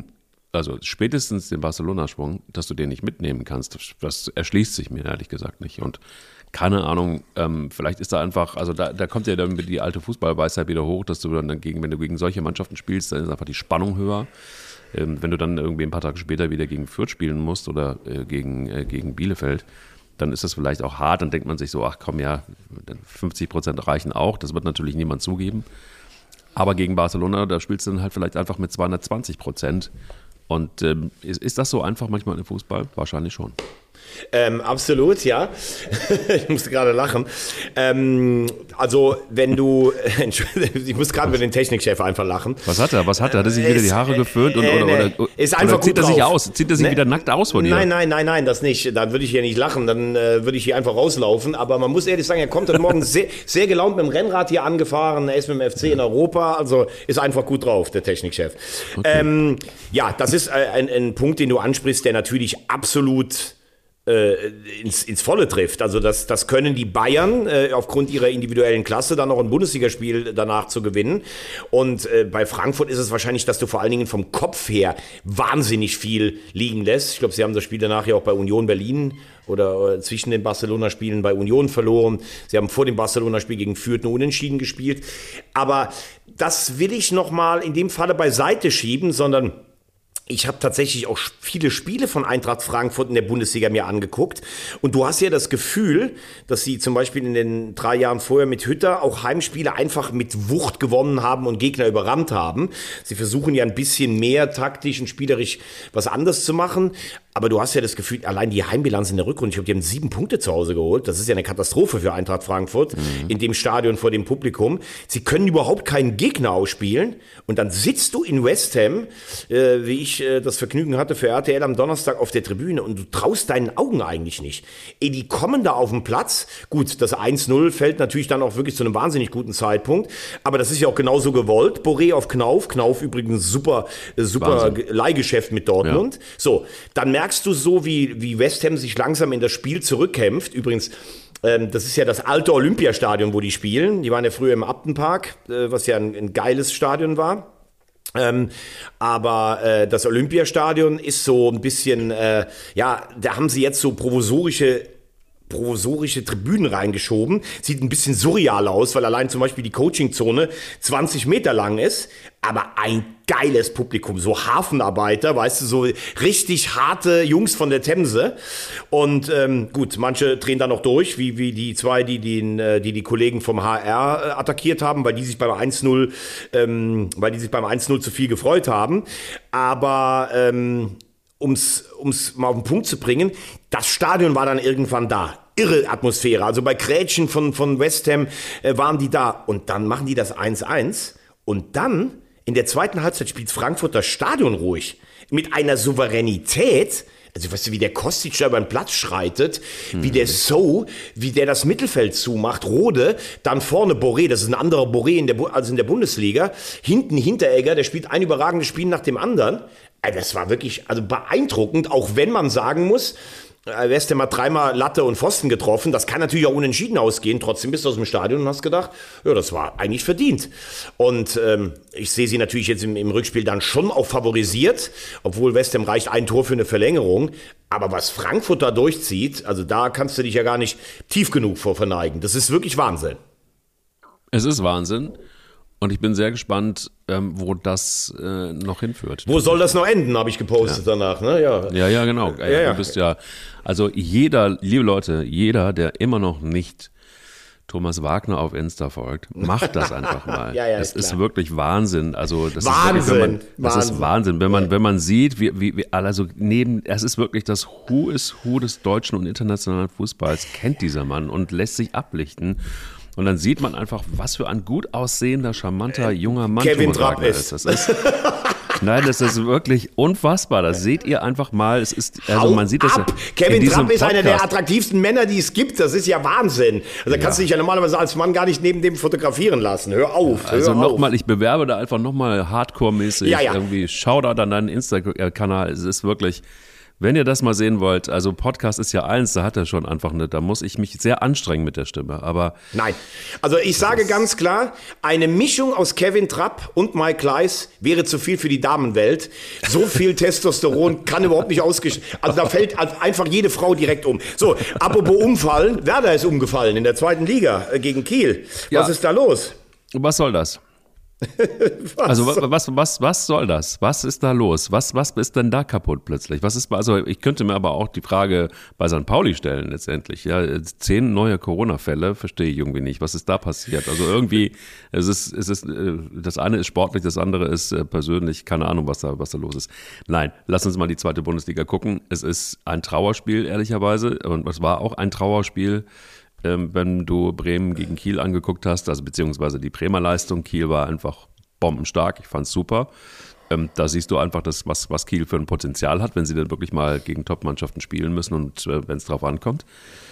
also spätestens den Barcelona-Schwung, dass du den nicht mitnehmen kannst, das, das erschließt sich mir ehrlich gesagt nicht. Und keine Ahnung, ähm, vielleicht ist da einfach, also da, da kommt ja dann die alte Fußballweisheit wieder hoch, dass du dann dagegen, wenn du gegen solche Mannschaften spielst, dann ist einfach die Spannung höher. Ähm, wenn du dann irgendwie ein paar Tage später wieder gegen Fürth spielen musst oder äh, gegen, äh, gegen Bielefeld, dann ist das vielleicht auch hart, dann denkt man sich so, ach komm, ja, fünfzig Prozent reichen auch, das wird natürlich niemand zugeben. Aber gegen Barcelona, da spielst du dann halt vielleicht einfach mit zweihundertzwanzig Prozent. Und ähm, ist, ist das so einfach manchmal im Fußball? Wahrscheinlich schon. Ähm, absolut, ja. Ich musste gerade lachen. Ähm, also, wenn du, ich muss gerade über den Technikchef einfach lachen. Was hat er? Was hat er? Hat er sich wieder die Haare geföhnt? Und, äh, oder, nee, oder, ist einfach oder zieht gut er sich drauf. aus? Zieht er sich Nee. wieder nackt aus von dir? Nein, nein, nein, nein, das nicht. Dann würde ich hier nicht lachen, dann äh, würde ich hier einfach rauslaufen. Aber man muss ehrlich sagen, er kommt heute Morgen sehr, sehr gelaunt mit dem Rennrad hier angefahren. Er ist mit dem F C in Europa, also ist einfach gut drauf, der Technikchef. Okay. Ähm, ja, das ist äh, ein, ein Punkt, den du ansprichst, der natürlich absolut Ins, ins Volle trifft. Also das, das können die Bayern äh, aufgrund ihrer individuellen Klasse dann noch ein Bundesligaspiel danach zu gewinnen. Und äh, bei Frankfurt ist es wahrscheinlich, dass du vor allen Dingen vom Kopf her wahnsinnig viel liegen lässt. Ich glaube, sie haben das Spiel danach ja auch bei Union Berlin oder, oder zwischen den Barcelona-Spielen bei Union verloren. Sie haben vor dem Barcelona-Spiel gegen Fürth nur unentschieden gespielt. Aber das will ich nochmal in dem Falle beiseite schieben, sondern ich habe tatsächlich auch viele Spiele von Eintracht Frankfurt in der Bundesliga mir angeguckt. Und du hast ja das Gefühl, dass sie zum Beispiel in den drei Jahren vorher mit Hütter auch Heimspiele einfach mit Wucht gewonnen haben und Gegner überrannt haben. Sie versuchen ja ein bisschen mehr taktisch und spielerisch was anderes zu machen. Aber du hast ja das Gefühl, allein die Heimbilanz in der Rückrunde, ich glaube, die haben sieben Punkte zu Hause geholt. Das ist ja eine Katastrophe für Eintracht Frankfurt mhm. in dem Stadion vor dem Publikum. Sie können überhaupt keinen Gegner ausspielen. Und dann sitzt du in West Ham, äh, wie ich äh, das Vergnügen hatte für R T L am Donnerstag auf der Tribüne und du traust deinen Augen eigentlich nicht. Ey, die kommen da auf den Platz. Gut, das eins null fällt natürlich dann auch wirklich zu einem wahnsinnig guten Zeitpunkt. Aber das ist ja auch genauso gewollt. Boré auf Knauf. Knauf übrigens super, äh, super Wahnsinn. Leihgeschäft mit Dortmund. Ja. So, dann merkst du so, wie, wie West Ham sich langsam in das Spiel zurückkämpft. Übrigens, ähm, das ist ja das alte Olympiastadion, wo die spielen. Die waren ja früher im Upton-Park, äh, was ja ein, ein geiles Stadion war. Ähm, aber äh, das Olympiastadion ist so ein bisschen, äh, ja, da haben sie jetzt so provisorische provisorische Tribünen reingeschoben. Sieht ein bisschen surreal aus, weil allein zum Beispiel die Coachingzone zwanzig Meter lang ist, aber ein geiles Publikum, so Hafenarbeiter, weißt du, so richtig harte Jungs von der Themse. Und ähm, gut, manche drehen da noch durch, wie, wie die zwei, die, die die die Kollegen vom H R äh, attackiert haben, weil die sich beim eins null ähm, weil die sich beim eins null zu viel gefreut haben. Aber ähm, Um's, um's mal auf den Punkt zu bringen, das Stadion war dann irgendwann da. Irre Atmosphäre. Also bei Grätschen von, von West Ham äh, waren die da. Und dann machen die das eins eins. Und dann, in der zweiten Halbzeit, spielt Frankfurt das Stadion ruhig. Mit einer Souveränität. Also weißt du, wie der Kostic da über den Platz schreitet, mhm. wie der So, wie der das Mittelfeld zumacht, Rode, dann vorne Boré, das ist ein anderer Boré in der, als in der Bundesliga, hinten Hinteregger, der spielt ein überragendes Spiel nach dem anderen. Das war wirklich also beeindruckend, auch wenn man sagen muss, West Ham hat dreimal Latte und Pfosten getroffen, das kann natürlich auch unentschieden ausgehen, trotzdem bist du aus dem Stadion und hast gedacht, ja, das war eigentlich verdient. Und ähm, ich sehe sie natürlich jetzt im, im Rückspiel dann schon auch favorisiert, obwohl West Ham reicht ein Tor für eine Verlängerung. Aber was Frankfurt da durchzieht, also da kannst du dich ja gar nicht tief genug vor verneigen. Das ist wirklich Wahnsinn. Es ist Wahnsinn. Und ich bin sehr gespannt, ähm, wo das äh, noch hinführt. Wo soll das noch enden, habe ich gepostet ja. danach. Ne? Ja. ja, ja, genau. Ja, ja. Du bist ja, also jeder, liebe Leute, jeder, der immer noch nicht Thomas Wagner auf Insta folgt, macht das einfach mal. ja, ja, das ist, ist wirklich Wahnsinn. Also das Wahnsinn. Ist wirklich, man, das Wahnsinn. ist Wahnsinn, wenn man, ja. wenn man sieht, wie, wie, wie also neben, es ist wirklich das Who is Who des deutschen und internationalen Fußballs, kennt dieser Mann und lässt sich ablichten. Und dann sieht man einfach, was für ein gut aussehender, charmanter, junger Mann Kevin Trapp ist. Das ist. Nein, das ist wirklich unfassbar. Das seht ihr einfach mal. Es ist, also man sieht das ab. Kevin Trapp ist einer der attraktivsten Männer, die es gibt. Das ist ja Wahnsinn. Also da kannst du dich ja normalerweise als Mann gar nicht neben dem fotografieren lassen. Hör auf. Hör also nochmal, auf. ich bewerbe da einfach nochmal Hardcore-mäßig ja, ja. irgendwie Shoutout an deinen Insta-Kanal. Es ist wirklich Wenn ihr das mal sehen wollt, also Podcast ist ja eins, da hat er schon einfach eine, da muss ich mich sehr anstrengen mit der Stimme, aber... Nein, also ich sage ganz klar, eine Mischung aus Kevin Trapp und Mike Kleiss wäre zu viel für die Damenwelt. So viel Testosteron kann überhaupt nicht ausgeschrieben. Also da fällt einfach jede Frau direkt um. So, apropos umfallen, Werder ist umgefallen in der zweiten Liga gegen Kiel. Was Ja. ist da los? Was soll das? Was? Also was, was, was soll das? Was ist da los? Was, was ist denn da kaputt plötzlich? Was ist, also ich könnte mir aber auch die Frage bei Sankt Pauli stellen letztendlich. Ja, zehn neue Corona-Fälle, verstehe ich irgendwie nicht. Was ist da passiert? Also irgendwie, es ist, es ist, das eine ist sportlich, das andere ist persönlich, keine Ahnung, was da, was da los ist. Nein, lass uns mal die zweite Bundesliga gucken. Es ist ein Trauerspiel, ehrlicherweise, und es war auch ein Trauerspiel, wenn du Bremen gegen Kiel angeguckt hast, also beziehungsweise die Bremer Leistung. Kiel war einfach bombenstark, ich fand's super. Da siehst du einfach, das, was, was Kiel für ein Potenzial hat, wenn sie dann wirklich mal gegen Top-Mannschaften spielen müssen und wenn es drauf ankommt.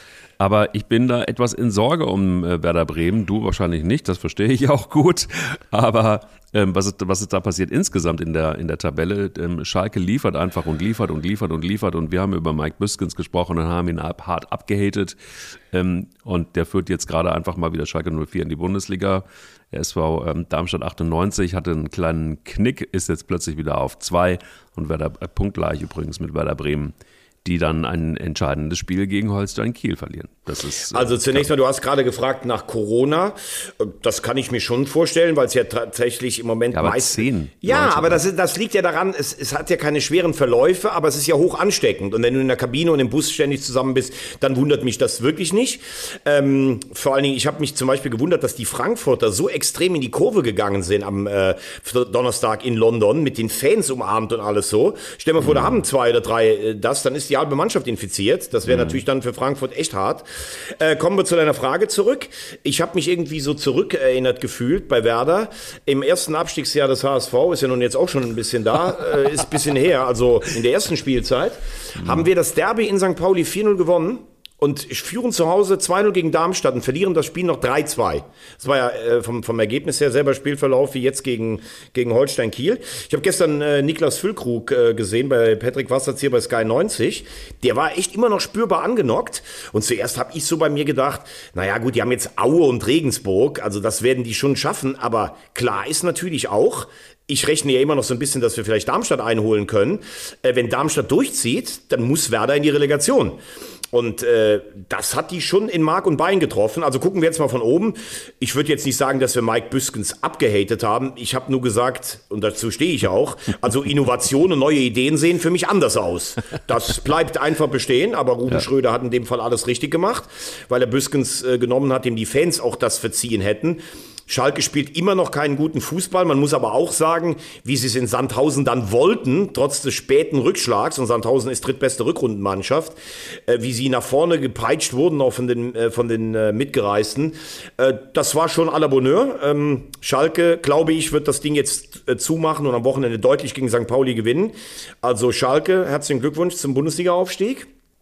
Aber ich bin da etwas in Sorge um äh, Werder Bremen, du wahrscheinlich nicht, das verstehe ich auch gut. Aber ähm, was, ist, was ist da passiert insgesamt in der, in der Tabelle? Ähm, Schalke liefert einfach und liefert und liefert und liefert und wir haben über Mike Büskens gesprochen und haben ihn ab, hart abgehatet. Ähm, und der führt jetzt gerade einfach mal wieder Schalke null vier in die Bundesliga. Der S V ähm, Darmstadt achtundneunzig hatte einen kleinen Knick, ist jetzt plötzlich wieder auf zwei und Werder, äh, punktgleich übrigens mit Werder Bremen, die dann ein entscheidendes Spiel gegen Holstein Kiel verlieren. Das ist, also zunächst mal, du hast gerade gefragt nach Corona. Das kann ich mir schon vorstellen, weil es ja tatsächlich im Moment ja, aber meist... zehn Ja, Leute, aber das, ist, das liegt ja daran, es, es hat ja keine schweren Verläufe, aber es ist ja hoch ansteckend. Und wenn du in der Kabine und im Bus ständig zusammen bist, dann wundert mich das wirklich nicht. Ähm, vor allen Dingen, ich habe mich zum Beispiel gewundert, dass die Frankfurter so extrem in die Kurve gegangen sind am äh, Donnerstag in London, mit den Fans umarmt und alles so. Stell dir mal vor, da haben zwei oder drei äh, das, dann ist die halbe Mannschaft infiziert. Das wäre mhm. natürlich dann für Frankfurt echt hart. Äh, kommen wir zu deiner Frage zurück. Ich habe mich irgendwie so zurückerinnert gefühlt bei Werder. Im ersten Abstiegsjahr des H S V, ist ja nun jetzt auch schon ein bisschen da, äh, ist ein bisschen her, also in der ersten Spielzeit, mhm. haben wir das Derby in Sankt Pauli vier null gewonnen. Und führen zu Hause zwei null gegen Darmstadt und verlieren das Spiel noch drei zwei. Das war ja äh, vom, vom Ergebnis her selber Spielverlauf wie jetzt gegen, gegen Holstein Kiel. Ich habe gestern äh, Niklas Füllkrug äh, gesehen bei Patrick Wasserzieher bei Sky neunzig. Der war echt immer noch spürbar angenockt. Und zuerst habe ich so bei mir gedacht, naja gut, die haben jetzt Aue und Regensburg, also das werden die schon schaffen. Aber klar ist natürlich auch, ich rechne ja immer noch so ein bisschen, dass wir vielleicht Darmstadt einholen können. Äh, wenn Darmstadt durchzieht, dann muss Werder in die Relegation. Und äh, das hat die schon in Mark und Bein getroffen. Also gucken wir jetzt mal von oben. Ich würde jetzt nicht sagen, dass wir Mike Büskens abgehatet haben. Ich habe nur gesagt, und dazu stehe ich auch, also Innovation und neue Ideen sehen für mich anders aus. Das bleibt einfach bestehen, aber Ruben ja. Schröder hat in dem Fall alles richtig gemacht, weil er Büskens äh, genommen hat, dem die Fans auch das verziehen hätten. Schalke spielt immer noch keinen guten Fußball. Man muss aber auch sagen, wie sie es in Sandhausen dann wollten, trotz des späten Rückschlags, und Sandhausen ist drittbeste Rückrundenmannschaft, äh, wie sie nach vorne gepeitscht wurden, auch von den, äh, von den äh, Mitgereisten. Äh, das war schon à la Bonheur. Ähm, Schalke, glaube ich, wird das Ding jetzt äh, zumachen und am Wochenende deutlich gegen Sankt Pauli gewinnen. Also Schalke, herzlichen Glückwunsch zum Bundesliga-Aufstieg.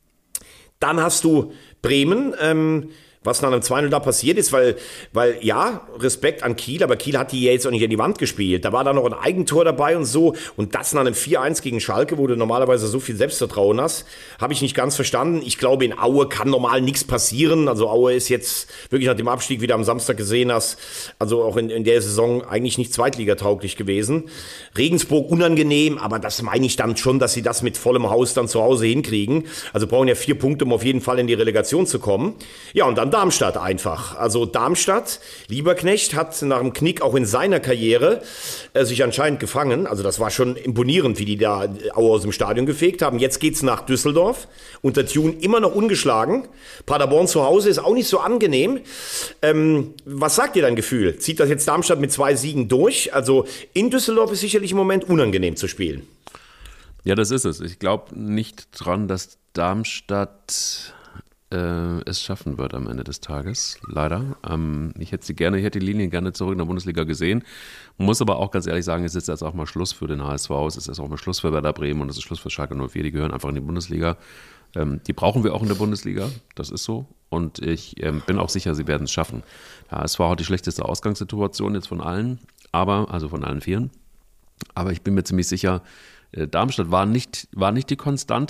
Dann hast du Bremen, ähm, was nach einem zwei null da passiert ist, weil, weil ja, Respekt an Kiel, aber Kiel hat die ja jetzt auch nicht an die Wand gespielt. Da war da noch ein Eigentor dabei und so. Und das nach einem vier eins gegen Schalke, wo du normalerweise so viel Selbstvertrauen hast, habe ich nicht ganz verstanden. Ich glaube, in Aue kann normal nichts passieren. Also Aue ist jetzt wirklich nach dem Abstieg, wie du am Samstag gesehen hast, also auch in, in der Saison eigentlich nicht zweitligatauglich gewesen. Regensburg unangenehm, aber das meine ich dann schon, dass sie das mit vollem Haus dann zu Hause hinkriegen. Also brauchen ja vier Punkte, um auf jeden Fall in die Relegation zu kommen. Ja, und dann Darmstadt einfach. Also Darmstadt, Lieberknecht hat nach dem Knick auch in seiner Karriere äh, sich anscheinend gefangen. Also das war schon imponierend, wie die da Aue aus dem Stadion gefegt haben. Jetzt geht's nach Düsseldorf. Unter Thun immer noch ungeschlagen. Paderborn zu Hause ist auch nicht so angenehm. Ähm, was sagt dir dein Gefühl? Zieht das jetzt Darmstadt mit zwei Siegen durch? Also in Düsseldorf ist sicherlich im Moment unangenehm zu spielen. Ja, das ist es. Ich glaube nicht dran, dass Darmstadt äh, es schaffen wird am Ende des Tages, leider. Ähm, ich hätte sie gerne, ich hätte die Linien gerne zurück in der Bundesliga gesehen. Muss aber auch ganz ehrlich sagen, es ist jetzt auch mal Schluss für den H S V, es ist jetzt auch mal Schluss für Werder Bremen und es ist Schluss für Schalke null vier, die gehören einfach in die Bundesliga. Ähm, die brauchen wir auch in der Bundesliga, das ist so. Und ich ähm, bin auch sicher, sie werden es schaffen. Der H S V hat die schlechteste Ausgangssituation jetzt von allen, aber, also von allen Vieren. Aber ich bin mir ziemlich sicher, Darmstadt war nicht, war nicht die Konstante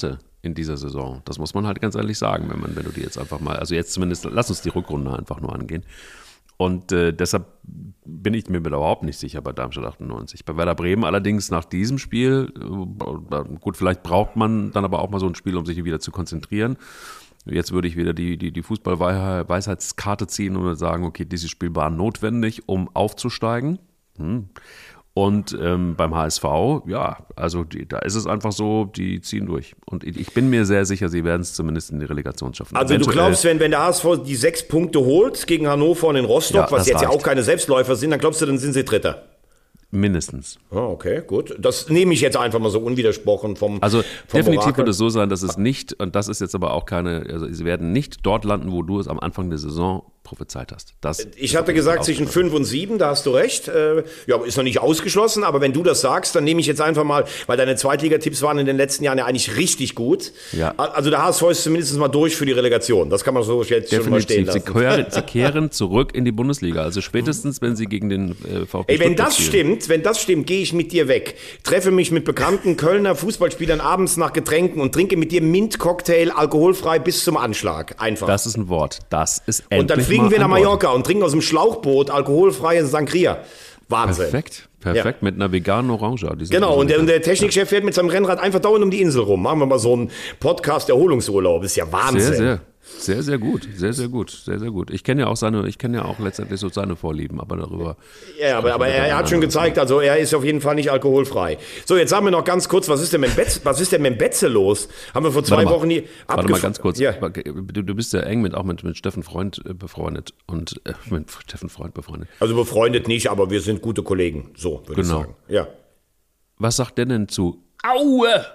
in dieser Saison. Das muss man halt ganz ehrlich sagen, wenn man, wenn du die jetzt einfach mal, also jetzt zumindest, lass uns die Rückrunde einfach nur angehen. Und äh, deshalb bin ich mir überhaupt nicht sicher bei Darmstadt achtundneunzig. Bei Werder Bremen allerdings nach diesem Spiel, äh, gut, vielleicht braucht man dann aber auch mal so ein Spiel, um sich wieder zu konzentrieren. Jetzt würde ich wieder die, die, die Fußball-Weisheitskarte ziehen und sagen, okay, dieses Spiel war notwendig, um aufzusteigen. Hm. Und ähm, beim H S V, ja, also die, da ist es einfach so, die ziehen durch. Und ich bin mir sehr sicher, sie werden es zumindest in die Relegation schaffen. Also Eventuell, du glaubst, wenn, wenn der H S V die sechs Punkte holt gegen Hannover und in Rostock, ja, was jetzt reicht. Ja auch keine Selbstläufer sind, dann glaubst du, dann sind sie Dritter? Mindestens. Oh, okay, gut. Das nehme ich jetzt einfach mal so unwidersprochen vom Also vom definitiv Orakel. Wird es so sein, dass es nicht, und das ist jetzt aber auch keine, also sie werden nicht dort landen, wo du es am Anfang der Saison prophezeit hast. Das ich hatte gesagt zwischen fünf und sieben, da hast du recht. Äh, ja, ist noch nicht ausgeschlossen, aber wenn du das sagst, dann nehme ich jetzt einfach mal, weil deine Zweitligatipps waren in den letzten Jahren ja eigentlich richtig gut. Ja. Also der H S V ist zumindest mal durch für die Relegation. Das kann man so jetzt definitiv. schon mal stehen lassen. Sie kehren, sie kehren zurück in die Bundesliga. Also spätestens, wenn sie gegen den äh, VfB Ey, wenn Stuttgart das spielen. stimmt, wenn das stimmt, gehe ich mit dir weg. Treffe mich mit bekannten Kölner Fußballspielern abends nach Getränken und trinke mit dir Mint-Cocktail alkoholfrei bis zum Anschlag. Einfach. Das ist ein Wort. Das ist endlich Und dann fliegen mal wir nach ein Wort. Mallorca und trinken aus dem Schlauchboot alkoholfreie Sangria. Wahnsinn. Perfekt, perfekt, Ja. mit einer veganen Orange. Die sind Genau, so und der, lecker. und der Technikchef fährt mit seinem Rennrad einfach dauernd um die Insel rum. Machen wir mal so einen Podcast-Erholungsurlaub. Das ist ja Wahnsinn. Sehr, sehr, sehr, sehr gut, sehr, sehr gut, sehr, sehr gut. Ich kenne ja auch seine, ich kenne ja auch letztendlich so seine Vorlieben, aber darüber. Ja, aber, aber er, er hat schon gezeigt, also er ist auf jeden Fall nicht alkoholfrei. So, jetzt sagen wir noch ganz kurz, was ist denn mit Betze, was ist denn mit Betze los? Haben wir vor zwei Warte mal, Wochen nie abgef- Warte mal ganz kurz. Ja. Du, du bist ja eng mit, auch mit, mit Steffen Freund äh, befreundet und äh, mit Steffen Freund befreundet. Also befreundet nicht, aber wir sind gute Kollegen. So, würde Genau. ich sagen. Ja. Was sagt der denn zu Aue?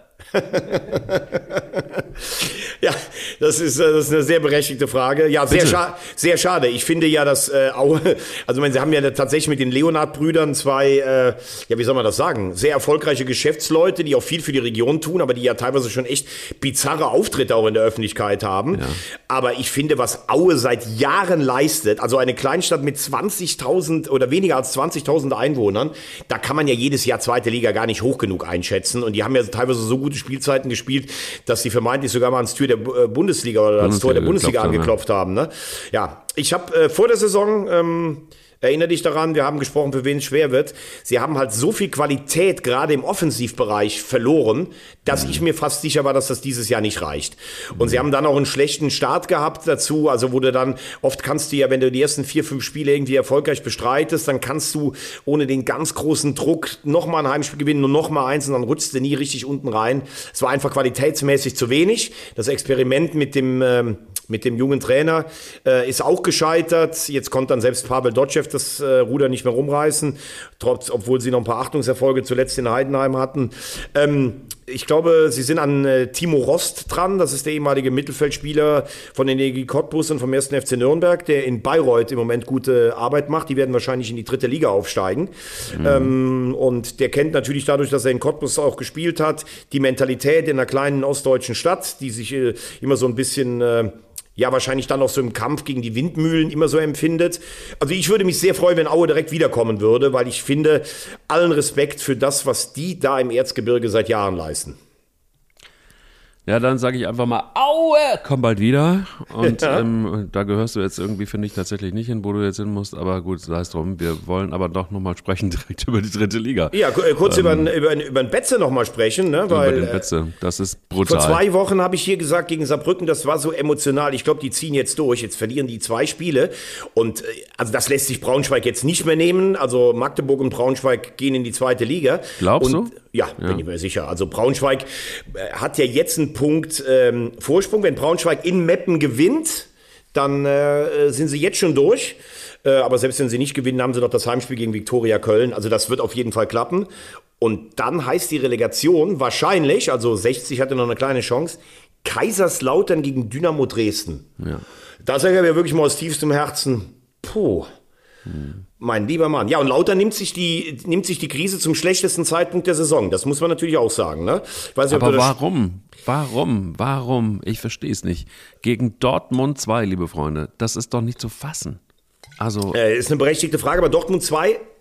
Ja, das ist, äh, das ist eine sehr berechtigte Frage. Ja, sehr, scha- sehr schade. Ich finde ja, dass äh, Aue, also ich meine, sie haben ja tatsächlich mit den Leonhard-Brüdern zwei, äh, ja, wie soll man das sagen, sehr erfolgreiche Geschäftsleute, die auch viel für die Region tun, aber die ja teilweise schon echt bizarre Auftritte auch in der Öffentlichkeit haben. Ja. Aber ich finde, was Aue seit Jahren leistet, also eine Kleinstadt mit zwanzigtausend oder weniger als zwanzigtausend Einwohnern, da kann man ja jedes Jahr zweite Liga gar nicht hoch genug einschätzen. Und die haben ja teilweise so gute Spielzeiten gespielt, dass sie vermeintlich sogar mal ans Tür der äh, Bundesliga oder ans Tor der Bundesliga angeklopft haben. Ne? Ja, ich habe äh, vor der Saison, ähm, erinnere dich daran, wir haben gesprochen, für wen es schwer wird. Sie haben halt so viel Qualität gerade im Offensivbereich verloren, dass ich mir fast sicher war, dass das dieses Jahr nicht reicht. Und sie haben dann auch einen schlechten Start gehabt dazu, also wo du dann, oft kannst du ja, wenn du die ersten vier, fünf Spiele irgendwie erfolgreich bestreitest, dann kannst du ohne den ganz großen Druck nochmal ein Heimspiel gewinnen und nochmal eins und dann rutschst du nie richtig unten rein. Es war einfach qualitätsmäßig zu wenig. Das Experiment mit dem, ähm, mit dem jungen Trainer äh, ist auch gescheitert. Jetzt konnte dann selbst Pavel Dotschew das äh, Ruder nicht mehr rumreißen, trotz, obwohl sie noch ein paar Achtungserfolge zuletzt in Heidenheim hatten. Ähm, ich glaube, sie sind an äh, Timo Rost dran. Das ist der ehemalige Mittelfeldspieler von den E G Cottbus und vom ersten F C Nürnberg, der in Bayreuth im Moment gute Arbeit macht. Die werden wahrscheinlich in die dritte Liga aufsteigen. Mhm. Ähm, und der kennt natürlich dadurch, dass er in Cottbus auch gespielt hat, die Mentalität in einer kleinen ostdeutschen Stadt, die sich äh, immer so ein bisschen... Äh, ja, wahrscheinlich dann auch so im Kampf gegen die Windmühlen immer so empfindet. Also ich würde mich sehr freuen, wenn Aue direkt wiederkommen würde, weil ich finde, allen Respekt für das, was die da im Erzgebirge seit Jahren leisten. Ja, dann sage ich einfach mal, Aue, komm bald wieder. Und Ja. ähm, da gehörst du jetzt irgendwie, finde ich, tatsächlich nicht hin, wo du jetzt hin musst. Aber gut, sei es drum. Wir wollen aber doch nochmal sprechen direkt über die dritte Liga. Ja, k- kurz ähm, über, über, über den Betze nochmal sprechen, ne? Weil, über den Betze. Das ist brutal. Vor zwei Wochen habe ich hier gesagt, gegen Saarbrücken, das war so emotional. Ich glaube, die ziehen jetzt durch. Jetzt verlieren die zwei Spiele. Und äh, also das lässt sich Braunschweig jetzt nicht mehr nehmen. Also Magdeburg und Braunschweig gehen in die zweite Liga. Glaubst und, du? Ja, ja, bin ich mir sicher. Also Braunschweig äh, hat ja jetzt einen Punkt ähm, Vorsprung. Wenn Braunschweig in Meppen gewinnt, dann äh, sind sie jetzt schon durch. Äh, aber selbst wenn sie nicht gewinnen, haben sie noch das Heimspiel gegen Viktoria Köln. Also das wird auf jeden Fall klappen. Und dann heißt die Relegation wahrscheinlich, also sechzig hatte noch eine kleine Chance, Kaiserslautern gegen Dynamo Dresden. Ja. Da sage ich mir wirklich mal aus tiefstem Herzen, puh, hm. mein lieber Mann. Ja, und Lautern nimmt sich die, nimmt sich die Krise zum schlechtesten Zeitpunkt der Saison. Das muss man natürlich auch sagen. Ne? Ich weiß nicht, ob Aber du das warum? Warum? Warum? Ich verstehe es nicht. Gegen Dortmund zwei, liebe Freunde, das ist doch nicht zu fassen. Also Äh, ist eine berechtigte Frage, aber Dortmund zwei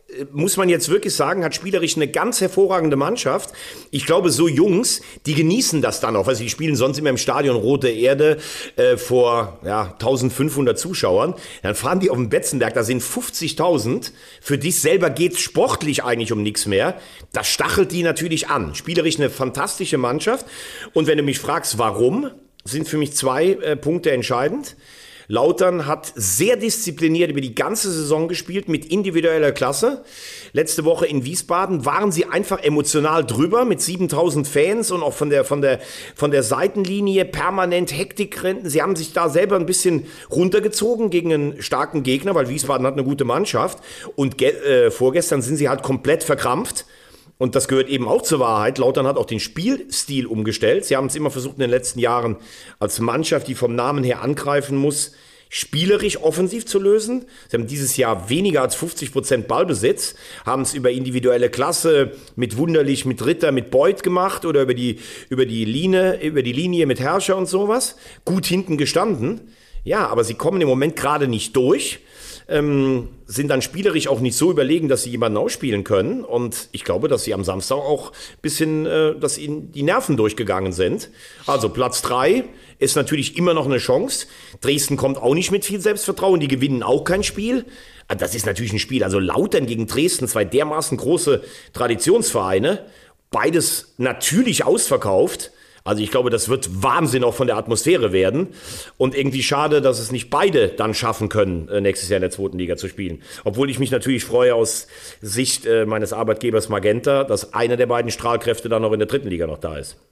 muss man jetzt wirklich sagen, hat spielerisch eine ganz hervorragende Mannschaft. Ich glaube, so Jungs, die genießen das dann auch. Also die spielen sonst immer im Stadion Rote Erde äh, vor ja, eintausendfünfhundert Zuschauern. Dann fahren die auf den Betzenberg, da sind fünfzigtausend. Für dich selber geht es sportlich eigentlich um nichts mehr. Das stachelt die natürlich an. Spielerisch eine fantastische Mannschaft. Und wenn du mich fragst, warum, sind für mich zwei äh, Punkte entscheidend. Lautern hat sehr diszipliniert über die ganze Saison gespielt mit individueller Klasse. Letzte Woche in Wiesbaden waren sie einfach emotional drüber mit siebentausend Fans und auch von der, von der, von der Seitenlinie permanent Hektikrennen. Sie haben sich da selber ein bisschen runtergezogen gegen einen starken Gegner, weil Wiesbaden hat eine gute Mannschaft. Und ge- äh, vorgestern sind sie halt komplett verkrampft. Und das gehört eben auch zur Wahrheit. Lautern hat auch den Spielstil umgestellt. Sie haben es immer versucht in den letzten Jahren als Mannschaft, die vom Namen her angreifen muss, spielerisch offensiv zu lösen. Sie haben dieses Jahr weniger als fünfzig Prozent Ballbesitz, haben es über individuelle Klasse mit Wunderlich, mit Ritter, mit Beuth gemacht oder über die, über die Linie, über die Linie mit Herrscher und sowas. Gut hinten gestanden. Ja, aber sie kommen im Moment gerade nicht durch. Ähm, sind dann spielerisch auch nicht so überlegen, dass sie jemanden ausspielen können. Und ich glaube, dass sie am Samstag auch ein bisschen, äh, dass ihnen die Nerven durchgegangen sind. Also Platz drei ist natürlich immer noch eine Chance. Dresden kommt auch nicht mit viel Selbstvertrauen. Die gewinnen auch kein Spiel. Das ist natürlich ein Spiel. Also Lautern gegen Dresden, zwei dermaßen große Traditionsvereine. Beides natürlich ausverkauft. Also ich glaube, das wird Wahnsinn auch von der Atmosphäre werden. Und irgendwie schade, dass es nicht beide dann schaffen können, nächstes Jahr in der zweiten Liga zu spielen. Obwohl ich mich natürlich freue aus Sicht äh, meines Arbeitgebers Magenta, dass einer der beiden Strahlkräfte dann noch in der dritten Liga noch da ist.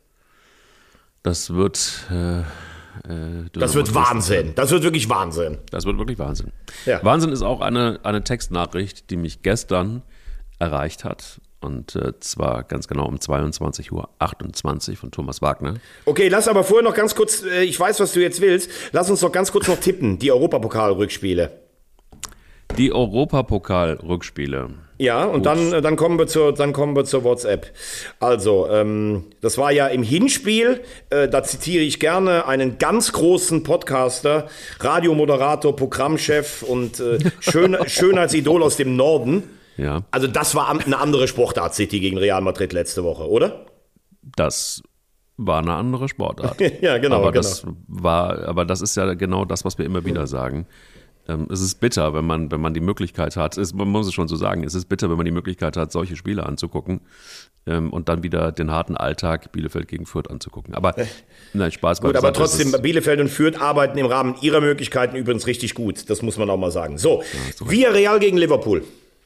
Das wird... Äh, äh, das wird Wahnsinn. Das wird wirklich Wahnsinn. Das wird wirklich Wahnsinn. Ja. Wahnsinn ist auch eine, eine Textnachricht, die mich gestern erreicht hat. Und äh, zwar ganz genau um zweiundzwanzig Uhr achtundzwanzig von Thomas Wagner. Okay, lass aber vorher noch ganz kurz, äh, ich weiß, was du jetzt willst, lass uns doch ganz kurz noch tippen, die Europapokal-Rückspiele. Die Europapokal-Rückspiele. Ja, und dann, äh, dann, kommen wir zur, dann kommen wir zur WhatsApp. Also, ähm, das war ja im Hinspiel, äh, da zitiere ich gerne einen ganz großen Podcaster, Radiomoderator, Programmchef und äh, Schön, Schönheitsidol aus dem Norden. Ja. Also das war eine andere Sportart, City gegen Real Madrid letzte Woche, oder? Das war eine andere Sportart. Ja, genau. Aber, genau. Das war, aber das ist ja genau das, was wir immer wieder sagen. Ähm, es ist bitter, wenn man, wenn man die Möglichkeit hat, es, man muss es schon so sagen, es ist bitter, wenn man die Möglichkeit hat, solche Spiele anzugucken ähm, und dann wieder den harten Alltag Bielefeld gegen Fürth anzugucken. Aber nein, Spaß Gut, aber trotzdem, Bielefeld und Fürth arbeiten im Rahmen ihrer Möglichkeiten übrigens richtig gut. Das muss man auch mal sagen. So, ja, Villarreal gegen Liverpool.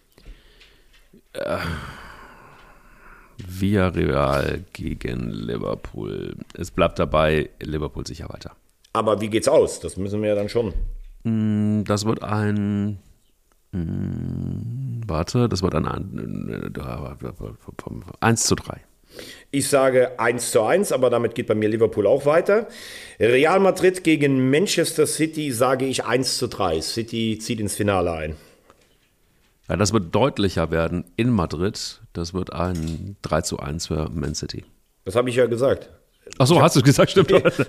Äh, Villarreal gegen Liverpool. Es bleibt dabei, Liverpool sicher weiter. Aber wie geht's aus? Das müssen wir ja dann schon. Das wird ein... Mh, warte, das wird ein... Äh, eins zu drei. Ich sage eins zu eins, aber damit geht bei mir Liverpool auch weiter. Real Madrid gegen Manchester City sage ich eins zu drei. City zieht ins Finale ein. Ja, das wird deutlicher werden in Madrid. Das wird ein drei zu eins für Man City. Das habe ich ja gesagt. Ach so, hast du gesagt, stimmt. Also,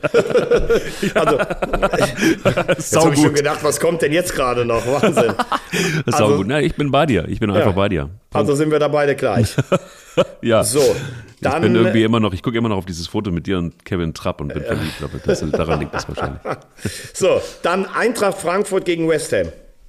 jetzt habe ich schon gedacht, was kommt denn jetzt gerade noch? Wahnsinn. Das ist also, gut. Na, ich bin bei dir. Ich bin ja, einfach bei dir. Punkt. Also sind wir da beide gleich. Ja. So, dann, ich bin irgendwie immer noch, ich gucke immer noch auf dieses Foto mit dir und Kevin Trapp und bin verliebt. Aber das, daran liegt das wahrscheinlich. So, dann Eintracht Frankfurt gegen West Ham.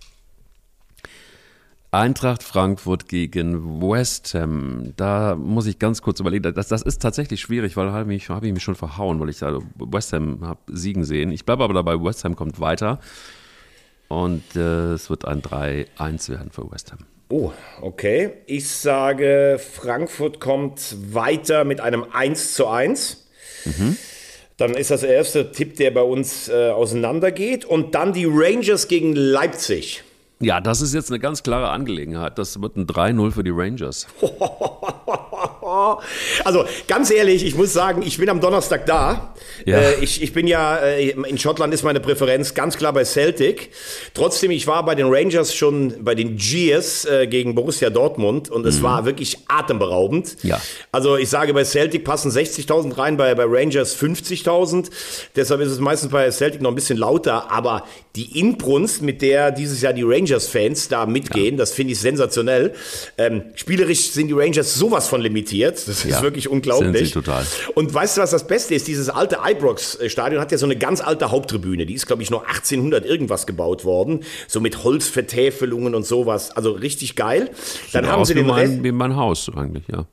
Eintracht Frankfurt gegen West Ham, da muss ich ganz kurz überlegen, das, das ist tatsächlich schwierig, weil da habe ich, hab ich mich schon verhauen, weil ich da West Ham habe siegen sehen. Ich bleibe aber dabei, West Ham kommt weiter und äh, es wird ein drei eins werden für West Ham. Oh, okay. Ich sage, Frankfurt kommt weiter mit einem eins zu eins. Mhm. Dann ist das der erste Tipp, der bei uns äh, auseinandergeht. Und dann die Rangers gegen Leipzig. Ja, das ist jetzt eine ganz klare Angelegenheit. Das wird ein drei null für die Rangers. Also ganz ehrlich, ich muss sagen, ich bin am Donnerstag da. Ja. Äh, ich, ich bin ja, äh, in Schottland ist meine Präferenz ganz klar bei Celtic. Trotzdem, ich war bei den Rangers schon bei den Gears äh, gegen Borussia Dortmund und es mhm. war wirklich atemberaubend. Ja. Also ich sage, bei Celtic passen sechzigtausend rein, bei, bei Rangers fünfzigtausend. Deshalb ist es meistens bei Celtic noch ein bisschen lauter. Aber die Inbrunst, mit der dieses Jahr die Rangers-Fans da mitgehen, ja. das finde ich sensationell. Ähm, spielerisch sind die Rangers sowas von limitiert. Das ist ja, wirklich unglaublich. Sind sie total. Und weißt du, was das Beste ist? Dieses alte Ibrox-Stadion hat ja so eine ganz alte Haupttribüne. Die ist, glaube ich, noch achtzehnhundert irgendwas gebaut worden. So mit Holzvertäfelungen und sowas. Also richtig geil. Dann Sieht haben aus sie wie den mein, Rest. wie mein Haus eigentlich, ja.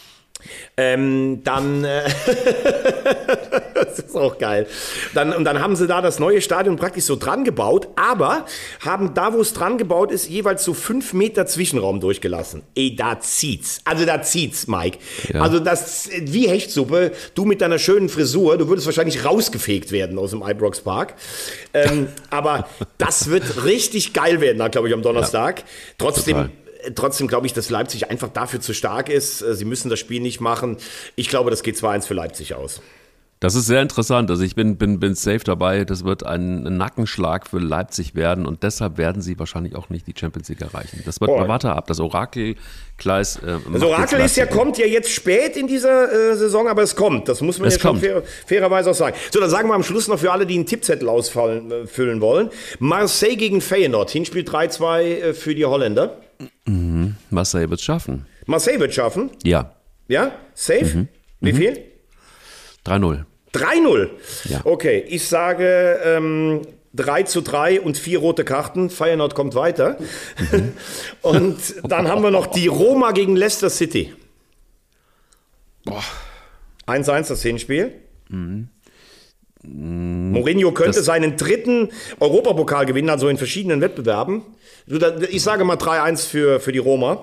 Ähm, dann, äh, das ist auch geil. Dann, und dann haben sie da das neue Stadion praktisch so dran gebaut, aber haben da, wo es dran gebaut ist, jeweils so fünf Meter Zwischenraum durchgelassen. Ey, da zieht's. Also da zieht's, Mike. Ja. Also das, wie Hechtsuppe, du mit deiner schönen Frisur, du würdest wahrscheinlich rausgefegt werden aus dem Ibrox Park. Ähm, aber das wird richtig geil werden, glaube ich, am Donnerstag. Ja, trotzdem. Total. Trotzdem glaube ich, dass Leipzig einfach dafür zu stark ist. Sie müssen das Spiel nicht machen. Ich glaube, das geht zwei eins für Leipzig aus. Das ist sehr interessant. Also ich bin, bin, bin safe dabei. Das wird ein Nackenschlag für Leipzig werden und deshalb werden sie wahrscheinlich auch nicht die Champions League erreichen. Das wird, warte ab, das Orakel-Gleis. Äh, das Orakel ist ja, kommt ja jetzt spät in dieser äh, Saison, aber es kommt. Das muss man es ja kommt. schon fair, fairerweise auch sagen. So, dann sagen wir am Schluss noch für alle, die einen Tippzettel ausfüllen äh, füllen wollen. Marseille gegen Feyenoord. Hinspiel drei zwei äh, für die Holländer. Mhm. Marseille wird es schaffen. Marseille wird schaffen? Ja. Ja? Safe? Mhm. Wie viel? drei null. drei null? Ja. Okay, ich sage ähm, drei zu drei und vier rote Karten. Feyenoord kommt weiter. Mhm. Und dann haben wir noch die Roma gegen Leicester City. Boah. eins eins das Hinspiel. Mhm. Mourinho könnte das seinen dritten Europapokal gewinnen, also in verschiedenen Wettbewerben. Ich sage mal drei eins für, für die Roma.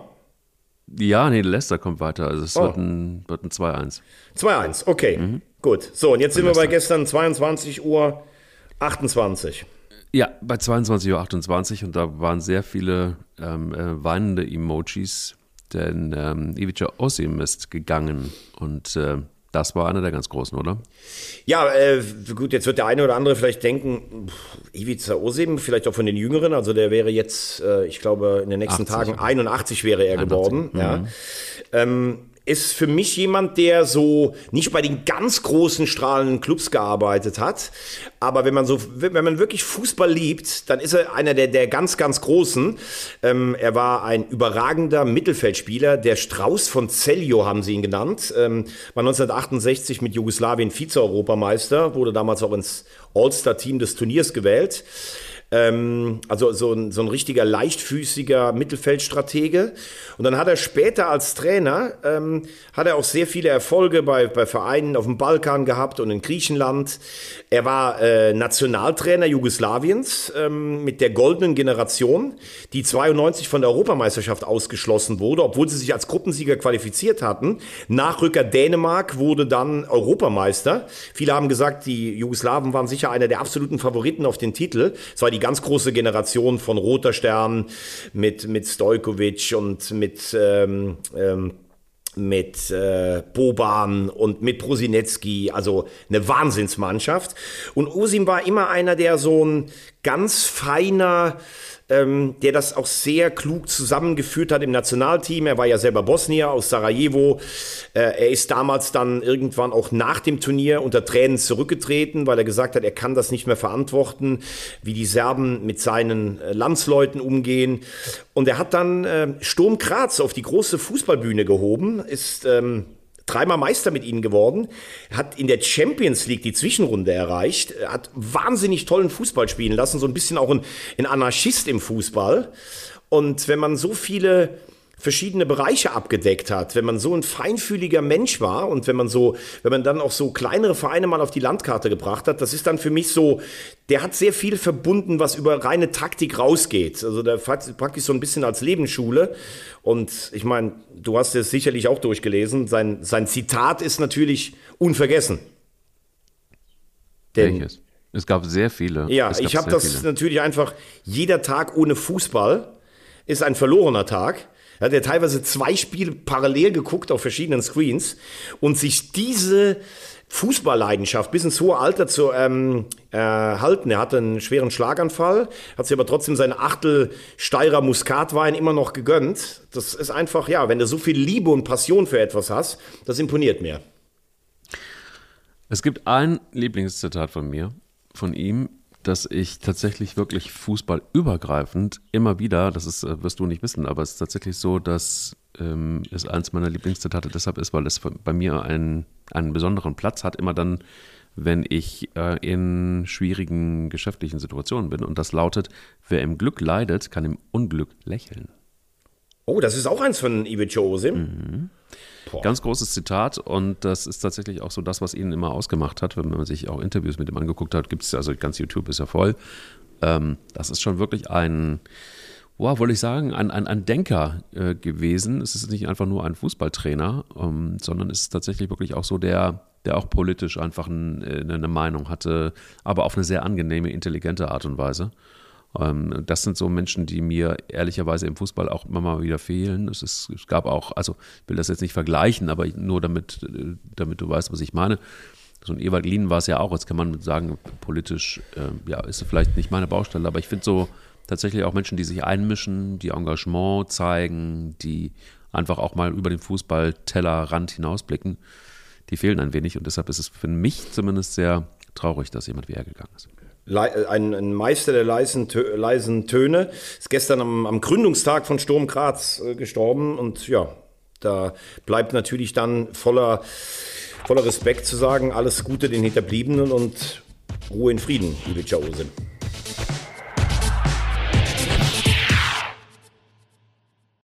Ja, nee, Leicester kommt weiter. Also es oh. wird ein, wird ein zwei eins. zwei eins, okay. Mhm. Gut. So, und jetzt sind wir bei gestern zweiundzwanzig Uhr achtundzwanzig. Ja, bei zweiundzwanzig Uhr achtundzwanzig und da waren sehr viele ähm, äh, weinende Emojis, denn ähm, Ivica Osim ist gegangen und äh, das war einer der ganz großen, oder? Ja, äh, gut, jetzt wird der eine oder andere vielleicht denken, pff, Ivica Osim, vielleicht auch von den Jüngeren, also der wäre jetzt, äh, ich glaube, in den nächsten achtzig, Tagen einundachtzig wäre er einundachtzig geworden. Mhm. Ja. Ähm, ist für mich jemand, der so nicht bei den ganz großen strahlenden Clubs gearbeitet hat, aber wenn man so, wenn man wirklich Fußball liebt, dann ist er einer der, der ganz, ganz Großen. Ähm, er war ein überragender Mittelfeldspieler, der Strauß von Celje haben sie ihn genannt, ähm, war neunzehnhundertachtundsechzig mit Jugoslawien Vize-Europameister, wurde damals auch ins All-Star-Team des Turniers gewählt. Ähm, also so ein, so ein richtiger leichtfüßiger Mittelfeldstratege. Und dann hat er später als Trainer, ähm, hat er auch sehr viele Erfolge bei, bei Vereinen auf dem Balkan gehabt und in Griechenland. Er war äh, Nationaltrainer Jugoslawiens ähm, mit der goldenen Generation, die zweiundneunzig von der Europameisterschaft ausgeschlossen wurde, obwohl sie sich als Gruppensieger qualifiziert hatten. Nachrücker Dänemark wurde dann Europameister. Viele haben gesagt, die Jugoslawen waren sicher einer der absoluten Favoriten auf den Titel. Es war die ganz große Generation von Roter Stern mit, mit Stojkovic und mit, ähm, ähm, mit äh, Boban und mit Prosinecki, also eine Wahnsinnsmannschaft. Und Osim war immer einer, der so ein ganz feiner, ähm, der das auch sehr klug zusammengeführt hat im Nationalteam. Er war ja selber Bosnier aus Sarajevo. Äh, er ist damals dann irgendwann auch nach dem Turnier unter Tränen zurückgetreten, weil er gesagt hat, er kann das nicht mehr verantworten, wie die Serben mit seinen äh, Landsleuten umgehen. Und er hat dann äh, Sturm Graz auf die große Fußballbühne gehoben, ist ähm, dreimal Meister mit ihnen geworden, hat in der Champions League die Zwischenrunde erreicht, hat wahnsinnig tollen Fußball spielen lassen, so ein bisschen auch ein, ein Anarchist im Fußball. Und wenn man so viele verschiedene Bereiche abgedeckt hat, wenn man so ein feinfühliger Mensch war und wenn man so, wenn man dann auch so kleinere Vereine mal auf die Landkarte gebracht hat, das ist dann für mich so, der hat sehr viel verbunden, was über reine Taktik rausgeht. Also der praktisch so ein bisschen als Lebensschule. Und ich meine, du hast es sicherlich auch durchgelesen. Sein, sein Zitat ist natürlich unvergessen. Denn, Welches? Es gab sehr viele. Ja, ich habe das viele. natürlich einfach, jeder Tag ohne Fußball ist ein verlorener Tag. Er hat ja teilweise zwei Spiele parallel geguckt auf verschiedenen Screens und sich diese Fußballleidenschaft bis ins hohe Alter zu ähm, äh, halten. Er hatte einen schweren Schlaganfall, hat sich aber trotzdem seinen Achtel Steyrer Muskatwein immer noch gegönnt. Das ist einfach, ja, wenn du so viel Liebe und Passion für etwas hast, das imponiert mir. Es gibt ein Lieblingszitat von mir, von ihm, dass ich tatsächlich wirklich fußballübergreifend immer wieder, das ist, wirst du nicht wissen, aber es ist tatsächlich so, dass ähm, es eins meiner Lieblingszitate deshalb ist, weil es bei mir einen, einen besonderen Platz hat, immer dann, wenn ich äh, in schwierigen geschäftlichen Situationen bin. Und das lautet, wer im Glück leidet, kann im Unglück lächeln. Oh, das ist auch eins von Ivica Osim. Mhm. Ganz großes Zitat und das ist tatsächlich auch so das, was ihn immer ausgemacht hat, wenn man sich auch Interviews mit ihm angeguckt hat, gibt es, also ganz YouTube ist ja voll. Ähm, das ist schon wirklich ein, wow, wollte ich sagen, ein, ein, ein Denker äh, gewesen. Es ist nicht einfach nur ein Fußballtrainer, ähm, sondern es ist tatsächlich wirklich auch so der, der auch politisch einfach ein, eine Meinung hatte, aber auf eine sehr angenehme, intelligente Art und Weise. Das sind so Menschen, die mir ehrlicherweise im Fußball auch immer mal wieder fehlen. Es, ist, es gab auch, also ich will das jetzt nicht vergleichen, aber nur damit, damit du weißt, was ich meine. So ein Ewald Lien war es ja auch, jetzt kann man sagen, politisch, äh, ja, ist vielleicht nicht meine Baustelle, aber ich finde so tatsächlich auch Menschen, die sich einmischen, die Engagement zeigen, die einfach auch mal über den Fußballtellerrand hinausblicken, die fehlen ein wenig und deshalb ist es für mich zumindest sehr traurig, dass jemand wie er gegangen ist. Ein, ein Meister der leisen, Tö- leisen Töne, ist gestern am, am Gründungstag von Sturm Graz äh, gestorben und ja, da bleibt natürlich dann voller, voller Respekt zu sagen, alles Gute den Hinterbliebenen und Ruhe in Frieden, Ivica Osim.